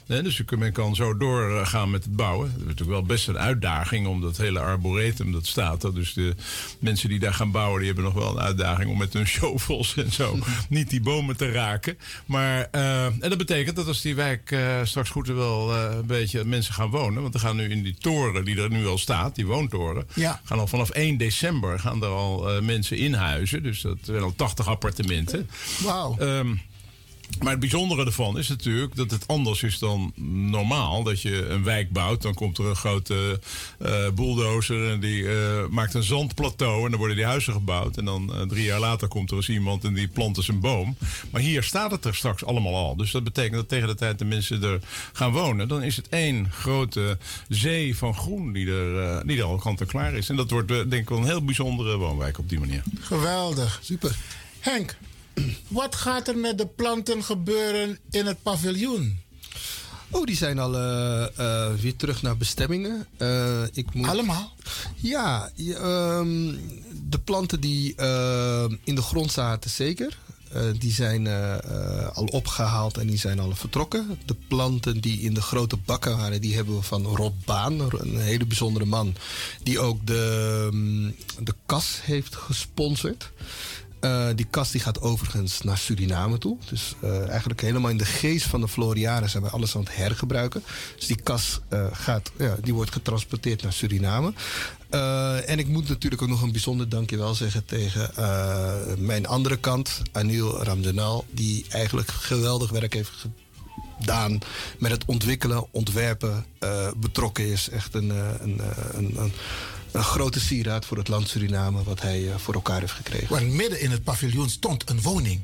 Nee, dus men kan zo doorgaan met het bouwen. Dat is natuurlijk wel best een uitdaging om dat hele arboretum, dat staat er. Dus de mensen die daar gaan bouwen, die hebben nog wel een uitdaging om met hun shovels en zo niet die bomen te raken. Maar, uh, en dat betekent dat als die wijk uh, straks goed en wel uh, een beetje mensen gaan wonen, want er gaan nu in die toren die er nu al staat, die woontoren, ja. gaan al vanaf één december gaan er al uh, mensen inhuizen. Dus dat zijn al tachtig appartementen. Wauw. Um, Maar het bijzondere ervan is natuurlijk dat het anders is dan normaal. Dat je een wijk bouwt, dan komt er een grote uh, bulldozer en die uh, maakt een zandplateau en dan worden die huizen gebouwd. En dan uh, drie jaar later komt er eens iemand en die plant eens een boom. Maar hier staat het er straks allemaal al. Dus dat betekent dat tegen de tijd de mensen er gaan wonen, dan is het één grote zee van groen die er, uh, die er al kant en klaar is. En dat wordt uh, denk ik wel een heel bijzondere woonwijk op die manier. Geweldig. Super. Henk, wat gaat er met de planten gebeuren in het paviljoen? Oh, die zijn al uh, uh, weer terug naar bestemmingen. Uh, ik moet... Allemaal? Ja, um, de planten die uh, in de grond zaten zeker. Uh, die zijn uh, uh, al opgehaald en die zijn al vertrokken. De planten die in de grote bakken waren, die hebben we van Rob Baan, een hele bijzondere man, die ook de, um, de kas heeft gesponsord. Uh, die kas die gaat overigens naar Suriname toe. Dus uh, eigenlijk helemaal in de geest van de Floriade zijn we alles aan het hergebruiken. Dus die kas uh, gaat, ja, die wordt getransporteerd naar Suriname. Uh, en ik moet natuurlijk ook nog een bijzonder dankjewel zeggen tegen uh, mijn andere kant, Anil Ramjanal, die eigenlijk geweldig werk heeft gedaan met het ontwikkelen, ontwerpen, uh, betrokken is. Echt een, een, een, een Een grote sieraad voor het land Suriname, wat hij uh, voor elkaar heeft gekregen. Want midden in het paviljoen stond een woning.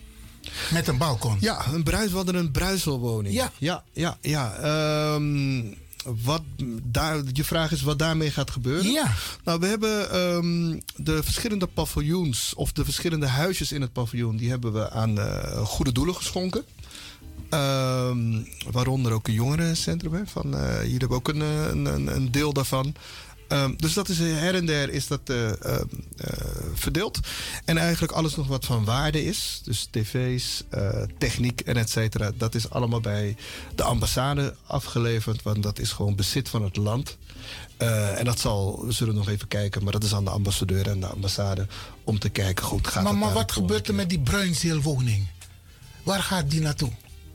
Met een balkon. Ja, een bruis, we hadden een bruiselwoning. Ja. Ja, ja, ja. Um, wat daar, je vraag is wat daarmee gaat gebeuren? Ja. Nou, we hebben um, de verschillende paviljoens, of de verschillende huisjes in het paviljoen, die hebben we aan uh, goede doelen geschonken. Um, waaronder ook een jongerencentrum. Hè, van, uh, hier hebben we ook een, een, een deel daarvan. Um, dus dat is her en der is dat uh, uh, uh, verdeeld. En eigenlijk alles nog wat van waarde is. Dus tv's, uh, techniek en et cetera. Dat is allemaal bij de ambassade afgeleverd. Want dat is gewoon bezit van het land. Uh, en dat zal, we zullen nog even kijken. Maar dat is aan de ambassadeur en de ambassade. Om te kijken, goed, gaat Maar, het maar wat gebeurt er met die bruinzeelwoning? Waar gaat die naartoe?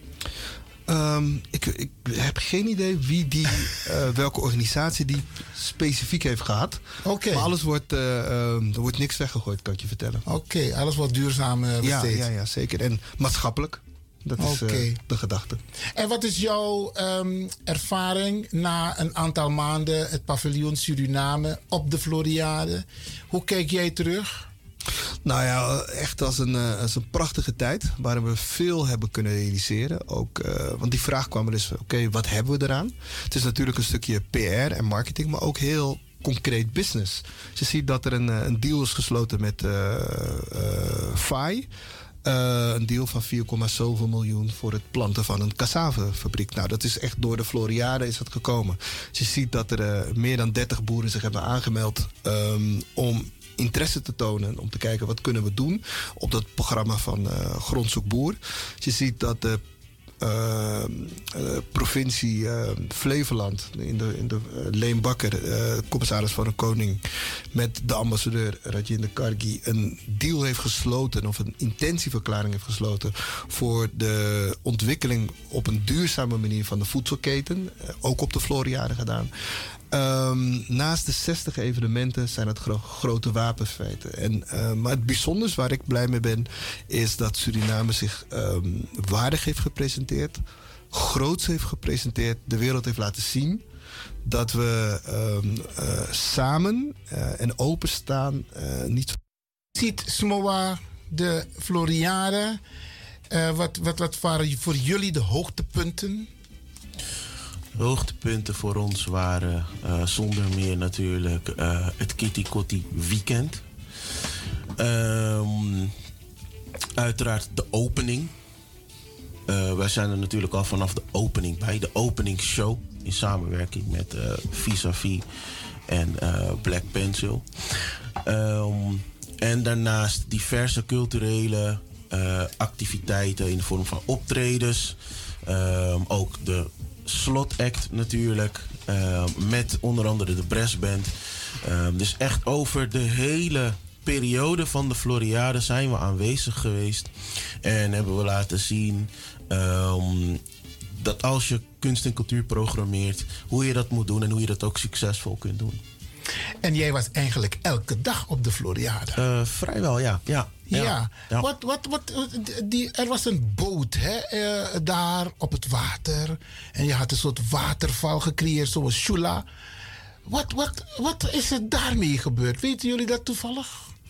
Um, ik, ik heb geen idee wie die, uh, welke organisatie die specifiek heeft gehad. Oké. Okay. Maar alles wordt, uh, uh, er wordt niks weggegooid, kan ik je vertellen. Oké, okay, alles wordt duurzaam uh, besteed. Ja, ja, ja, zeker. En maatschappelijk. Dat is okay. uh, de gedachte. En wat is jouw um, ervaring na een aantal maanden het paviljoen Suriname op de Floriade? Hoe kijk jij terug? Nou ja, echt als een, uh, als een prachtige tijd. Waar we veel hebben kunnen realiseren. Ook, uh, want die vraag kwam er eens, oké, okay, wat hebben we eraan? Het is natuurlijk een stukje P R en marketing, maar ook heel concreet business. Je ziet dat er een, een deal is gesloten met uh, uh, F A I. Uh, een deal van vier komma zoveel miljoen voor het planten van een cassavefabriek. Nou, dat is echt door de Floriade is dat gekomen. Dus je ziet dat er uh, meer dan dertig boeren zich hebben aangemeld um, om interesse te tonen, om te kijken wat kunnen we doen op dat programma van uh, Grondzoek Boer. Dus je ziet dat de uh, uh, provincie uh, Flevoland, in de, in de uh, Leen Bakker, uh, commissaris van de Koning, met de ambassadeur Rajinder Kargi een deal heeft gesloten, of een intentieverklaring heeft gesloten voor de ontwikkeling op een duurzame manier van de voedselketen, uh, ook op de Floriade gedaan. Um, naast de zestig evenementen zijn het gro- grote wapenfeiten. En, uh, maar het bijzonders waar ik blij mee ben, is dat Suriname zich um, waardig heeft gepresenteerd, groots heeft gepresenteerd, de wereld heeft laten zien dat we um, uh, samen uh, en openstaan. Uh, niet... Ziet Smoa de Floriade, uh, wat, wat, wat waren voor jullie de hoogtepunten? De hoogtepunten voor ons waren uh, zonder meer natuurlijk uh, het Kitty Kotti weekend. Um, uiteraard de opening. Uh, wij zijn er natuurlijk al vanaf de opening bij. De openingsshow in samenwerking met uh, Vis-a-Vis en uh, Black Pencil. Um, en daarnaast diverse culturele uh, activiteiten in de vorm van optredens. Um, ook de slotact natuurlijk. Um, met onder andere de brassband. Um, dus echt over de hele periode van de Floriade zijn we aanwezig geweest. En hebben we laten zien um, dat als je kunst en cultuur programmeert, hoe je dat moet doen en hoe je dat ook succesvol kunt doen. En jij was eigenlijk elke dag op de Floriade? Uh, vrijwel, ja. ja. Ja, ja. ja. Wat, wat, wat, die, er was een boot hè, uh, daar op het water. En je had een soort waterval gecreëerd, zoals Shula. Wat, wat, wat is er daarmee gebeurd? Weten jullie dat toevallig?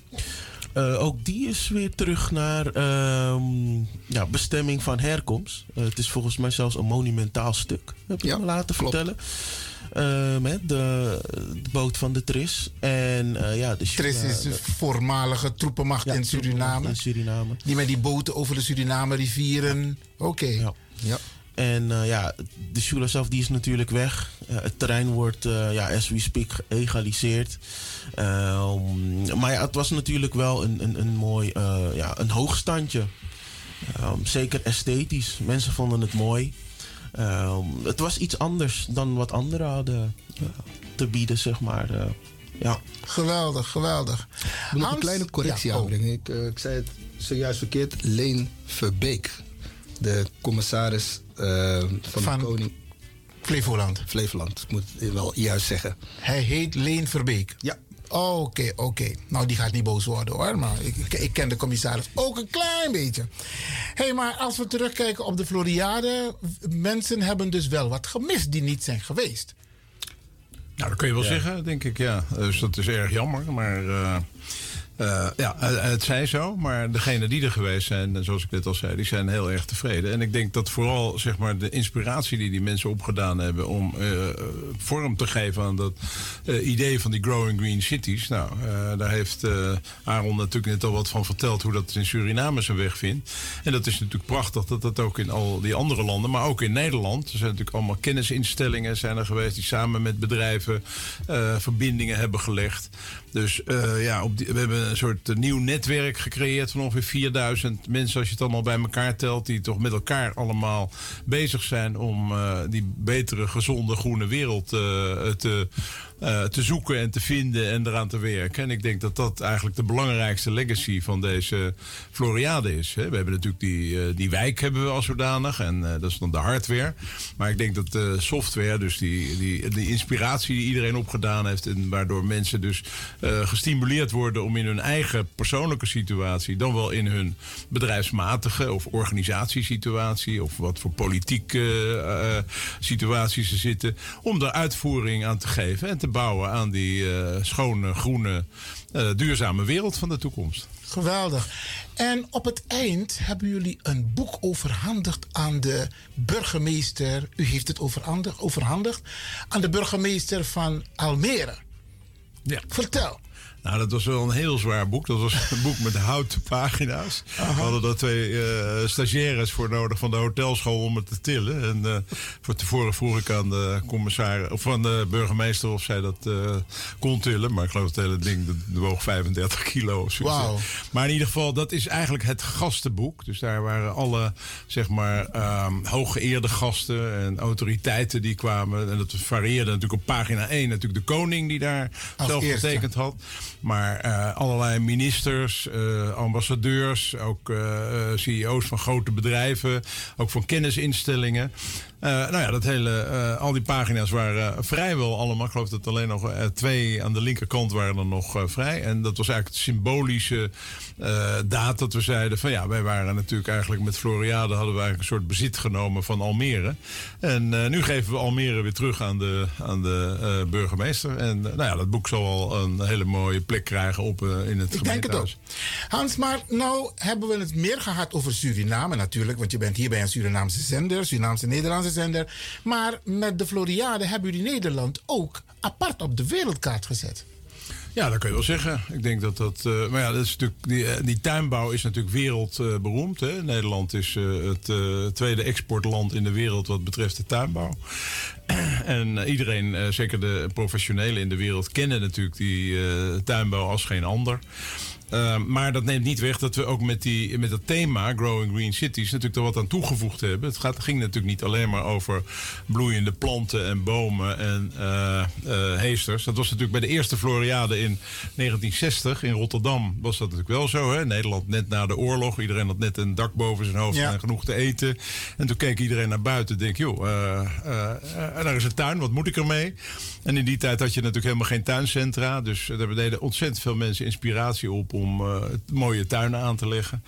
Uh, ook die is weer terug naar uh, ja, bestemming van herkomst. Uh, het is volgens mij zelfs een monumentaal stuk, heb ik ja, me laten klopt. vertellen. Uh, met de, de boot van de Tris. En, uh, ja, de Tris is de voormalige troepenmacht ja, in Suriname. in Suriname. Die met die boten over de Suriname-rivieren. Oké. Okay. Ja. ja. En uh, ja, de Shula zelf die is natuurlijk weg. Uh, het terrein wordt, uh, ja, as we speak, geëgaliseerd. Uh, maar ja, het was natuurlijk wel een, een, een mooi uh, ja, een hoogstandje. Um, zeker esthetisch. Mensen vonden het mooi. Um, het was iets anders dan wat anderen hadden uh, te bieden, zeg maar. Uh, ja. Geweldig, geweldig. Ik moet nog een kleine correctie ja, aanbrengen. Ik, uh, ik zei het zojuist verkeerd. Leen Verbeek. De commissaris uh, van, van de koning. Flevoland. Flevoland, ik moet het wel juist zeggen. Hij heet Leen Verbeek? Ja. Oké, oh, oké. Okay, okay. Nou, die gaat niet boos worden hoor. Maar ik, ik, ik ken de commissaris ook een klein beetje. Hé, hey, maar als we terugkijken op de Floriade. Mensen hebben dus wel wat gemist die niet zijn geweest. Nou, dat kun je wel ja. zeggen, denk ik, ja. Dus dat is erg jammer. Maar uh, uh, ja, het zij zo. Maar degenen die er geweest zijn, zoals ik net al zei, die zijn heel erg tevreden. En ik denk dat vooral, zeg maar, de inspiratie die die mensen opgedaan hebben om uh, vorm te geven aan dat uh, idee van die Growing Green Cities. Nou, uh, daar heeft uh, Aaron natuurlijk net al wat van verteld hoe dat in Suriname zijn weg vindt. En dat is natuurlijk prachtig dat dat ook in al die andere landen, maar ook in Nederland. Er zijn natuurlijk allemaal kennisinstellingen zijn er geweest die samen met bedrijven uh, verbindingen hebben gelegd. Dus uh, ja, op die, we hebben een soort uh, nieuw netwerk gecreëerd van ongeveer vierduizend mensen, als je het allemaal bij elkaar telt, die toch met elkaar allemaal bezig zijn om uh, die betere, gezonde, groene wereld uh, te, uh, te zoeken en te vinden en eraan te werken. En ik denk dat dat eigenlijk de belangrijkste legacy van deze Floriade is. Hè. We hebben natuurlijk die, uh, die wijk hebben we als zodanig en uh, dat is dan de hardware. Maar ik denk dat de software, dus die, die, die inspiratie die iedereen opgedaan heeft en waardoor mensen dus Uh, gestimuleerd worden om in hun eigen persoonlijke situatie, dan wel in hun bedrijfsmatige of organisatiesituatie of wat voor politieke uh, situaties ze zitten, om daar uitvoering aan te geven en te bouwen aan die uh, schone, groene, uh, duurzame wereld van de toekomst. Geweldig. En op het eind hebben jullie een boek overhandigd aan de burgemeester. U heeft het overhandigd, overhandigd aan de burgemeester van Almere. Ja. Vertel. Nou, dat was wel een heel zwaar boek. Dat was een boek met houten pagina's. Aha. We hadden daar twee uh, stagiaires voor nodig van de hotelschool om het te tillen. En uh, voor tevoren vroeg ik aan de commissaris, of van de burgemeester of zij dat uh, kon tillen. Maar ik geloof dat het hele ding dat woog vijfendertig kilo of zo. Wow. Maar in ieder geval, dat is eigenlijk het gastenboek. Dus daar waren alle, zeg maar, um, hooggeëerde gasten en autoriteiten die kwamen. En dat varieerde natuurlijk op pagina één. Natuurlijk de koning die daar als zelf eerste getekend had. Maar uh, allerlei ministers, uh, ambassadeurs, ook uh, C E O's van grote bedrijven, ook van kennisinstellingen. Uh, nou ja, dat hele, uh, al die pagina's waren uh, vrijwel allemaal. Ik geloof dat alleen nog uh, twee aan de linkerkant waren er nog uh, vrij. En dat was eigenlijk het symbolische uh, daad dat we zeiden van ja, wij waren natuurlijk eigenlijk met Floriade hadden we eigenlijk een soort bezit genomen van Almere. En uh, nu geven we Almere weer terug aan de, aan de uh, burgemeester. En uh, nou ja, dat boek zal wel een hele mooie plek krijgen op uh, in het Ik gemeentehuis. denk het ook. Hans, maar nou hebben we het meer gehad over Suriname natuurlijk. Want je bent hier bij een Surinaamse zender, Surinaamse Nederlandse zender. Maar met de Floriade hebben jullie Nederland ook apart op de wereldkaart gezet. Ja, dat kun je wel zeggen. Ik denk dat dat. Uh, maar ja, dat is natuurlijk, die, uh, die tuinbouw is natuurlijk wereldberoemd. Uh, Nederland is uh, het uh, tweede exportland in de wereld wat betreft de tuinbouw. En uh, iedereen, uh, zeker de professionelen in de wereld, kennen natuurlijk die uh, tuinbouw als geen ander. Uh, maar dat neemt niet weg dat we ook met, die, met dat thema Growing Green Cities natuurlijk er wat aan toegevoegd hebben. Het gaat, ging natuurlijk niet alleen maar over bloeiende planten en bomen en uh, uh, heesters. Dat was natuurlijk bij de eerste Floriade in negentien zestig in Rotterdam was dat natuurlijk wel zo. Hè? Nederland net na de oorlog. Iedereen had net een dak boven zijn hoofd ja. en genoeg te eten. En toen keek iedereen naar buiten en denk, joh, uh, uh, uh, daar is een tuin, wat moet ik ermee? En in die tijd had je natuurlijk helemaal geen tuincentra. Dus daar deden ontzettend veel mensen inspiratie op om uh, mooie tuinen aan te leggen.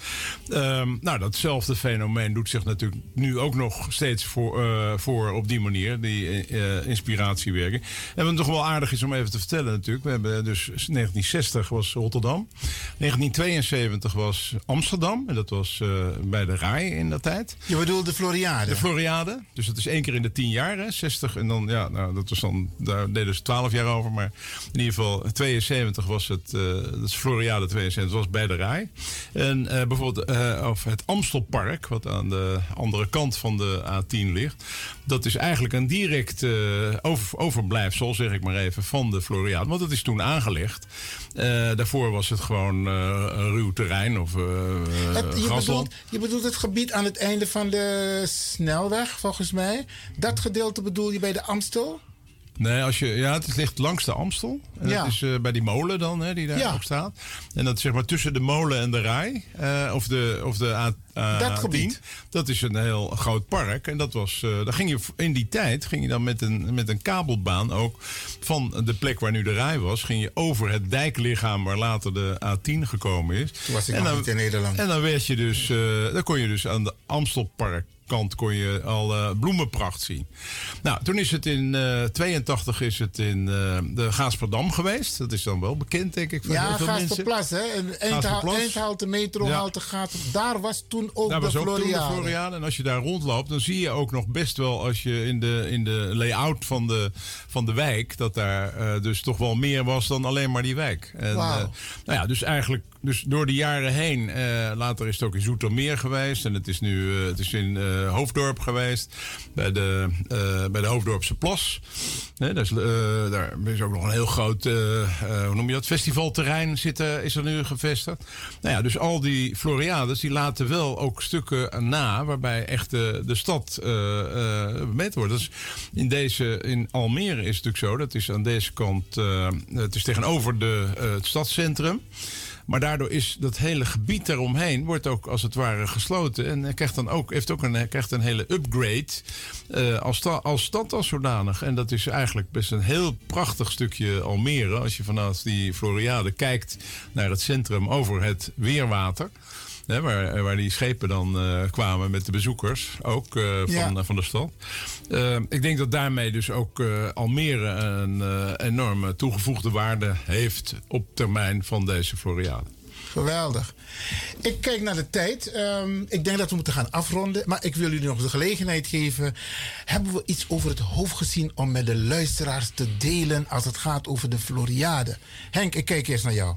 Um, nou, datzelfde fenomeen doet zich natuurlijk nu ook nog steeds voor, uh, voor op die manier, die uh, inspiratiewerking. En wat nog wel aardig is om even te vertellen natuurlijk. We hebben dus negentien zestig was Rotterdam. negentien tweeënzeventig was Amsterdam. En dat was uh, bij de RAI in dat tijd. Je bedoelt de Floriade? De Floriade. Dus dat is één keer in de tien jaar, hè, zestig. En dan, ja, nou, dat was dan, daar deden ze twaalf jaar over. Maar in ieder geval tweeënzeventig was het, uh, dat is Floriade tweeënzeventig, was bij de RAI. En uh, bijvoorbeeld uh, of het Amstelpark, wat aan de andere kant van de A tien ligt. Dat is eigenlijk een direct uh, over, overblijfsel, zeg ik maar even, van de Floriade. Want het is toen aangelegd. Uh, daarvoor was het gewoon uh, ruw terrein of uh, het, je, grasland. bedoelt, je bedoelt het gebied aan het einde van de snelweg, volgens mij. Dat gedeelte bedoel je bij de Amstel? Nee, als je, ja, het ligt langs de Amstel. En ja. Dat is uh, bij die molen dan, hè, die daar ja. ook staat. En dat is zeg maar tussen de molen en de RAI. Uh, of de, of de A, uh, dat A tien. Gebied. Dat is een heel groot park. En dat was, uh, daar ging je in die tijd ging je dan met een, met een kabelbaan ook van de plek waar nu de RAI was, ging je over het dijklichaam waar later de A tien gekomen is. Toen was ik en nog dan, niet in Nederland. En dan werd je dus, uh, dan kon je dus aan de Amstelpark kant kon je al uh, bloemenpracht zien. Nou, toen is het in uh, tweeëntachtig is het in uh, de Gaasperdam geweest. Dat is dan wel bekend, denk ik, voor ja, heel veel mensen. Gaasterplas, hè? Eindhout, de metrohalte, ja. Daar was toen ook daar de was Floriade. Ook toen de Floriade. En als je daar rondloopt, dan zie je ook nog best wel, als je in de, in de layout van de, van de wijk, dat daar uh, dus toch wel meer was dan alleen maar die wijk. En, wow. uh, nou ja, dus eigenlijk dus door de jaren heen, uh, later is het ook in Zoetermeer geweest. En het is nu uh, het is in uh, Hoofddorp geweest. Bij de, uh, bij de Hoofddorpse Plas. Nee, daar, is, uh, daar is ook nog een heel groot, uh, uh, hoe noem je dat, festivalterrein zit, uh, is er nu gevestigd. Nou ja, dus al die Floriades, die laten wel ook stukken na, waarbij echt de, de stad uh, uh, gemeten wordt. Dus in deze, in Almere is het natuurlijk zo, dat is aan deze kant, uh, het is tegenover de, uh, het stadscentrum. Maar daardoor is dat hele gebied daaromheen wordt ook als het ware gesloten. En krijgt dan ook, heeft ook een, krijgt een hele upgrade uh, als, sta, als stad als zodanig. En dat is eigenlijk best een heel prachtig stukje Almere. Als je vanaf die Floriade kijkt naar het centrum over het Weerwater. Hè, waar, waar die schepen dan uh, kwamen met de bezoekers, ook uh, van, ja. uh, van de stad. Uh, ik denk dat daarmee dus ook uh, Almere een uh, enorme toegevoegde waarde heeft op termijn van deze Floriade. Geweldig. Ik kijk naar de tijd. Um, ik denk dat we moeten gaan afronden. Maar ik wil jullie nog de gelegenheid geven. Hebben we iets over het hoofd gezien om met de luisteraars te delen als het gaat over de Floriade? Henk, ik kijk eerst naar jou.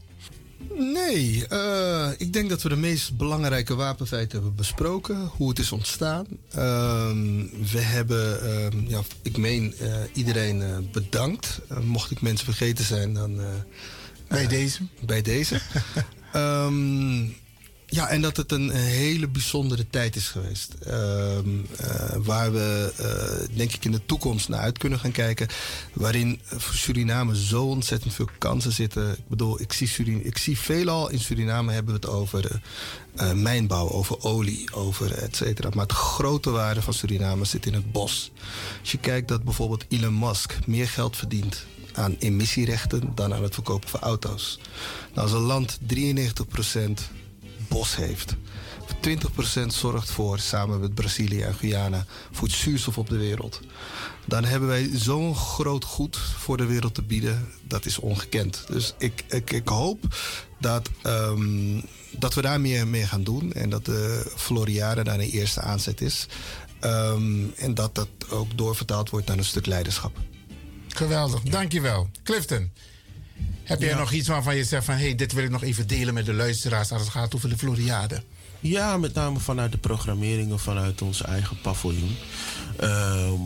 Nee, uh, ik denk dat we de meest belangrijke wapenfeiten hebben besproken. Hoe het is ontstaan. Uh, we hebben, uh, ja, ik meen, uh, iedereen uh, bedankt. Uh, mocht ik mensen vergeten zijn, dan... Uh, bij uh, deze? Bij deze. um, ja, en dat het een hele bijzondere tijd is geweest. Uh, uh, waar we, uh, denk ik, in de toekomst naar uit kunnen gaan kijken. Waarin voor Suriname zo ontzettend veel kansen zitten. Ik bedoel, ik zie, Surin- ik zie veelal in Suriname hebben we het over uh, mijnbouw, over olie, over et cetera. Maar het grote waarde van Suriname zit in het bos. Als je kijkt dat bijvoorbeeld Elon Musk meer geld verdient aan emissierechten dan aan het verkopen van auto's. Nou, als een land drieënnegentig procent bos heeft, twintig procent zorgt voor, samen met Brazilië en Guyana, voor het zuurstof op de wereld, dan hebben wij zo'n groot goed voor de wereld te bieden. Dat is ongekend. Dus ik, ik, ik hoop dat, um, dat we daar meer mee gaan doen en dat de Floriade daar een eerste aanzet is. Um, en dat dat ook doorvertaald wordt naar een stuk leiderschap. Geweldig, dankjewel. Clifton, heb jij ja. nog iets waarvan je zegt van... hé, hey, dit wil ik nog even delen met de luisteraars als het gaat over de Floriade? Ja, met name vanuit de programmering of vanuit ons eigen paviljoen. Uh,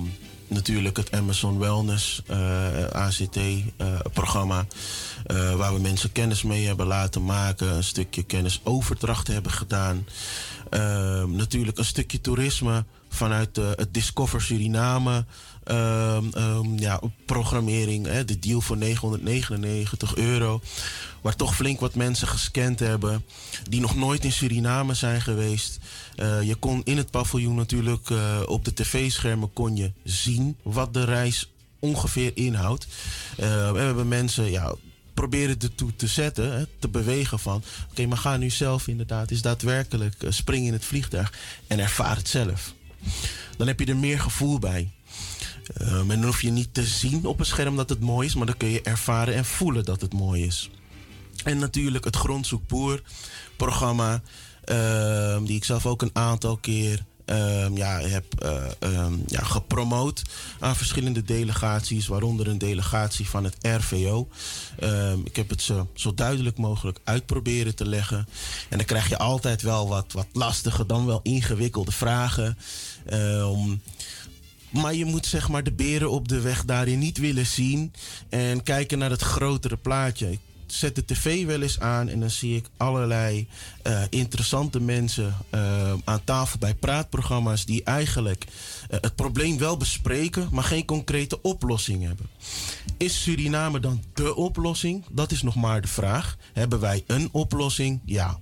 natuurlijk het Amazon Wellness uh, A C T-programma. Uh, uh, waar we mensen kennis mee hebben laten maken. Een stukje kennisoverdracht hebben gedaan. Uh, natuurlijk een stukje toerisme vanuit uh, het Discover Suriname. Uh, um, ja, programmering, hè, de deal voor negenhonderdnegenennegentig euro. Waar toch flink wat mensen gescand hebben. Die nog nooit in Suriname zijn geweest. Uh, je kon in het paviljoen natuurlijk uh, op de tv-schermen kon je zien wat de reis ongeveer inhoudt. Uh, we hebben mensen ja, proberen ertoe te zetten, hè, te bewegen van... Oké, okay, maar ga nu zelf inderdaad eens daadwerkelijk uh, springen in het vliegtuig en ervaar het zelf. Dan heb je er meer gevoel bij. Uh, en dan hoef je niet te zien op een scherm dat het mooi is, maar dan kun je ervaren en voelen dat het mooi is. En natuurlijk het Grondzoekboer programma, uh, die ik zelf ook een aantal keer uh, ja, heb uh, um, ja, gepromoot aan verschillende delegaties, waaronder een delegatie van het R V O. Uh, ik heb het zo, zo duidelijk mogelijk uitproberen te leggen. En dan krijg je altijd wel wat, wat lastige, dan wel ingewikkelde vragen. Uh, om Maar je moet zeg maar de beren op de weg daarin niet willen zien en kijken naar het grotere plaatje. Ik zet de tv wel eens aan en dan zie ik allerlei uh, interessante mensen uh, aan tafel bij praatprogramma's die eigenlijk uh, het probleem wel bespreken, maar geen concrete oplossing hebben. Is Suriname dan dé oplossing? Dat is nog maar de vraag. Hebben wij een oplossing? Ja.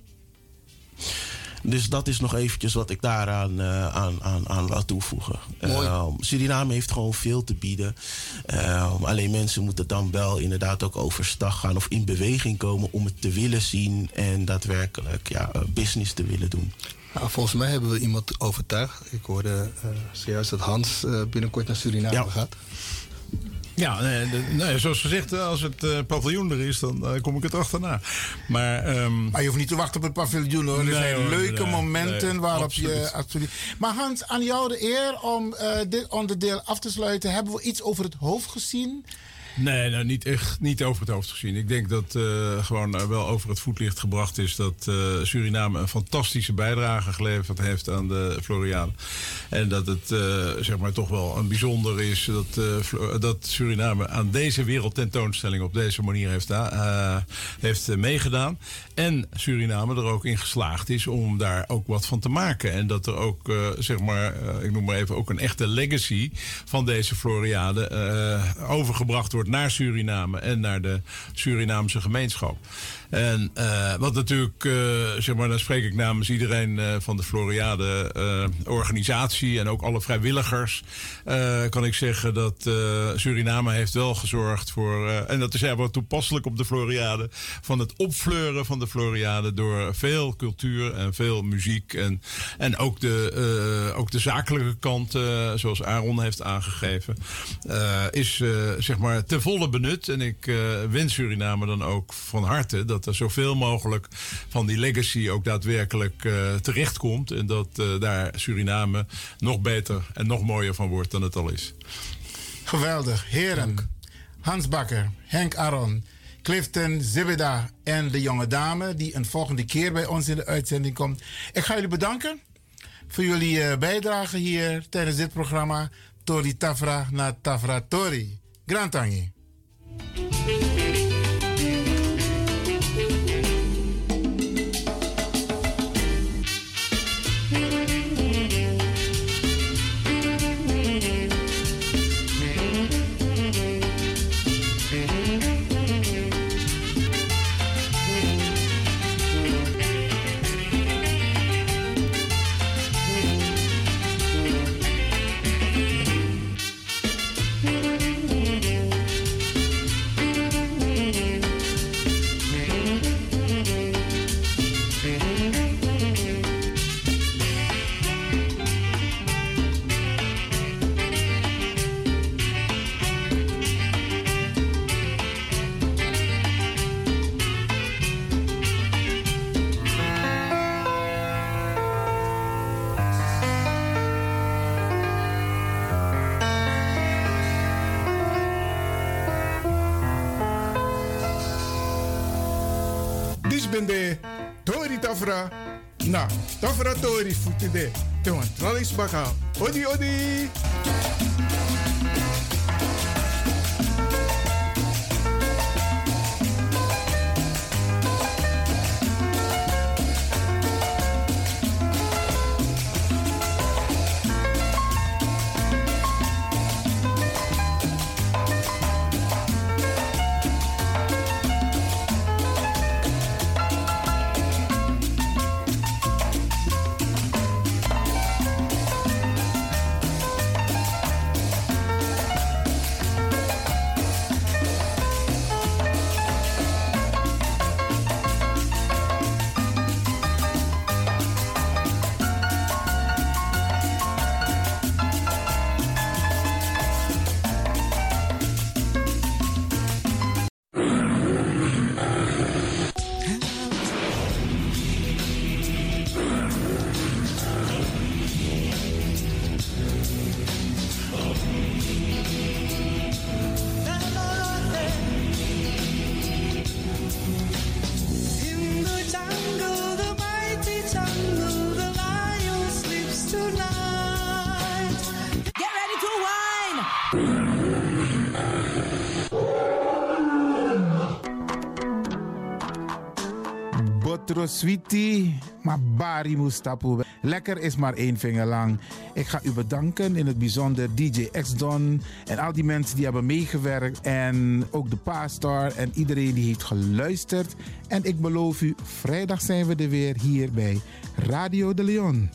Dus dat is nog eventjes wat ik daaraan uh, aan, aan, aan wil toevoegen. Uh, Suriname heeft gewoon veel te bieden. Uh, alleen mensen moeten dan wel inderdaad ook overstag gaan of in beweging komen om het te willen zien en daadwerkelijk ja, business te willen doen. Nou, volgens mij hebben we iemand overtuigd. Ik hoorde uh, zojuist dat Hans uh, binnenkort naar Suriname ja. gaat. Ja, nee, de, nee, zoals gezegd, als het uh, paviljoen er is, dan uh, kom ik het achterna. Maar, um... maar je hoeft niet te wachten op het paviljoen, hoor. Er nee, zijn hoor, leuke nee, momenten nee, waarop absoluut. je... Absoluut. Maar Hans, aan jou de eer om uh, dit onderdeel af te sluiten. Hebben we iets over het hoofd gezien? Nee, nou, niet echt niet over het hoofd gezien. Ik denk dat uh, gewoon uh, wel over het voetlicht gebracht is dat uh, Suriname een fantastische bijdrage geleverd heeft aan de Floriade. En dat het uh, zeg maar toch wel een bijzonder is dat, uh, dat Suriname aan deze wereldtentoonstelling op deze manier heeft, uh, heeft uh, meegedaan. En Suriname er ook in geslaagd is om daar ook wat van te maken. En dat er ook, uh, zeg maar, uh, ik noem maar even, ook een echte legacy van deze Floriade uh, overgebracht wordt naar Suriname en naar de Surinaamse gemeenschap. En uh, wat natuurlijk, uh, zeg maar, dan spreek ik namens iedereen uh, van de Floriade uh, organisatie en ook alle vrijwilligers, uh, kan ik zeggen dat uh, Suriname heeft wel gezorgd voor, uh, en dat is helemaal toepasselijk op de Floriade, van het opfleuren van de Floriade door veel cultuur en veel muziek en, en ook, de, uh, ook de zakelijke kant, uh, zoals Aaron heeft aangegeven, uh, is uh, zeg maar ten volle benut. En ik uh, wens Suriname dan ook van harte dat er zoveel mogelijk van die legacy ook daadwerkelijk uh, terechtkomt. En dat uh, daar Suriname nog beter en nog mooier van wordt dan het al is. Geweldig. Heren, Dank. Hans Bakker, Henk Aron, Clifton Zebeda en de jonge dame die een volgende keer bij ons in de uitzending komt. Ik ga jullie bedanken voor jullie uh, bijdrage hier tijdens dit programma. Tori Tafra na Tafra Tori. Grantangi. Bende Tori Tafra na Tafra Tori Futide. Tewan Tralis Baka. Odi odi. Metro Sweetie, maar Bari Mustapu. Lekker is maar één vinger lang. Ik ga u bedanken, in het bijzonder D J X-Don en al die mensen die hebben meegewerkt. En ook de Pastor en iedereen die heeft geluisterd. En ik beloof u, vrijdag zijn we er weer hier bij Radio de Leon.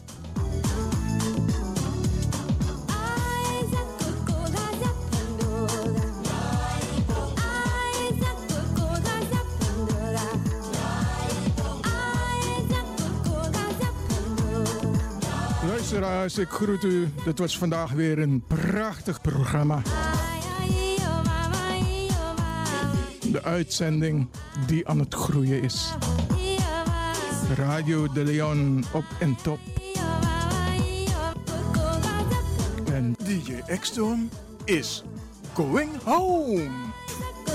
Luisteraars, ik groet u. Dit was vandaag weer een prachtig programma. De uitzending die aan het groeien is. Radio de Leon op en top. En D J X-Don is going home.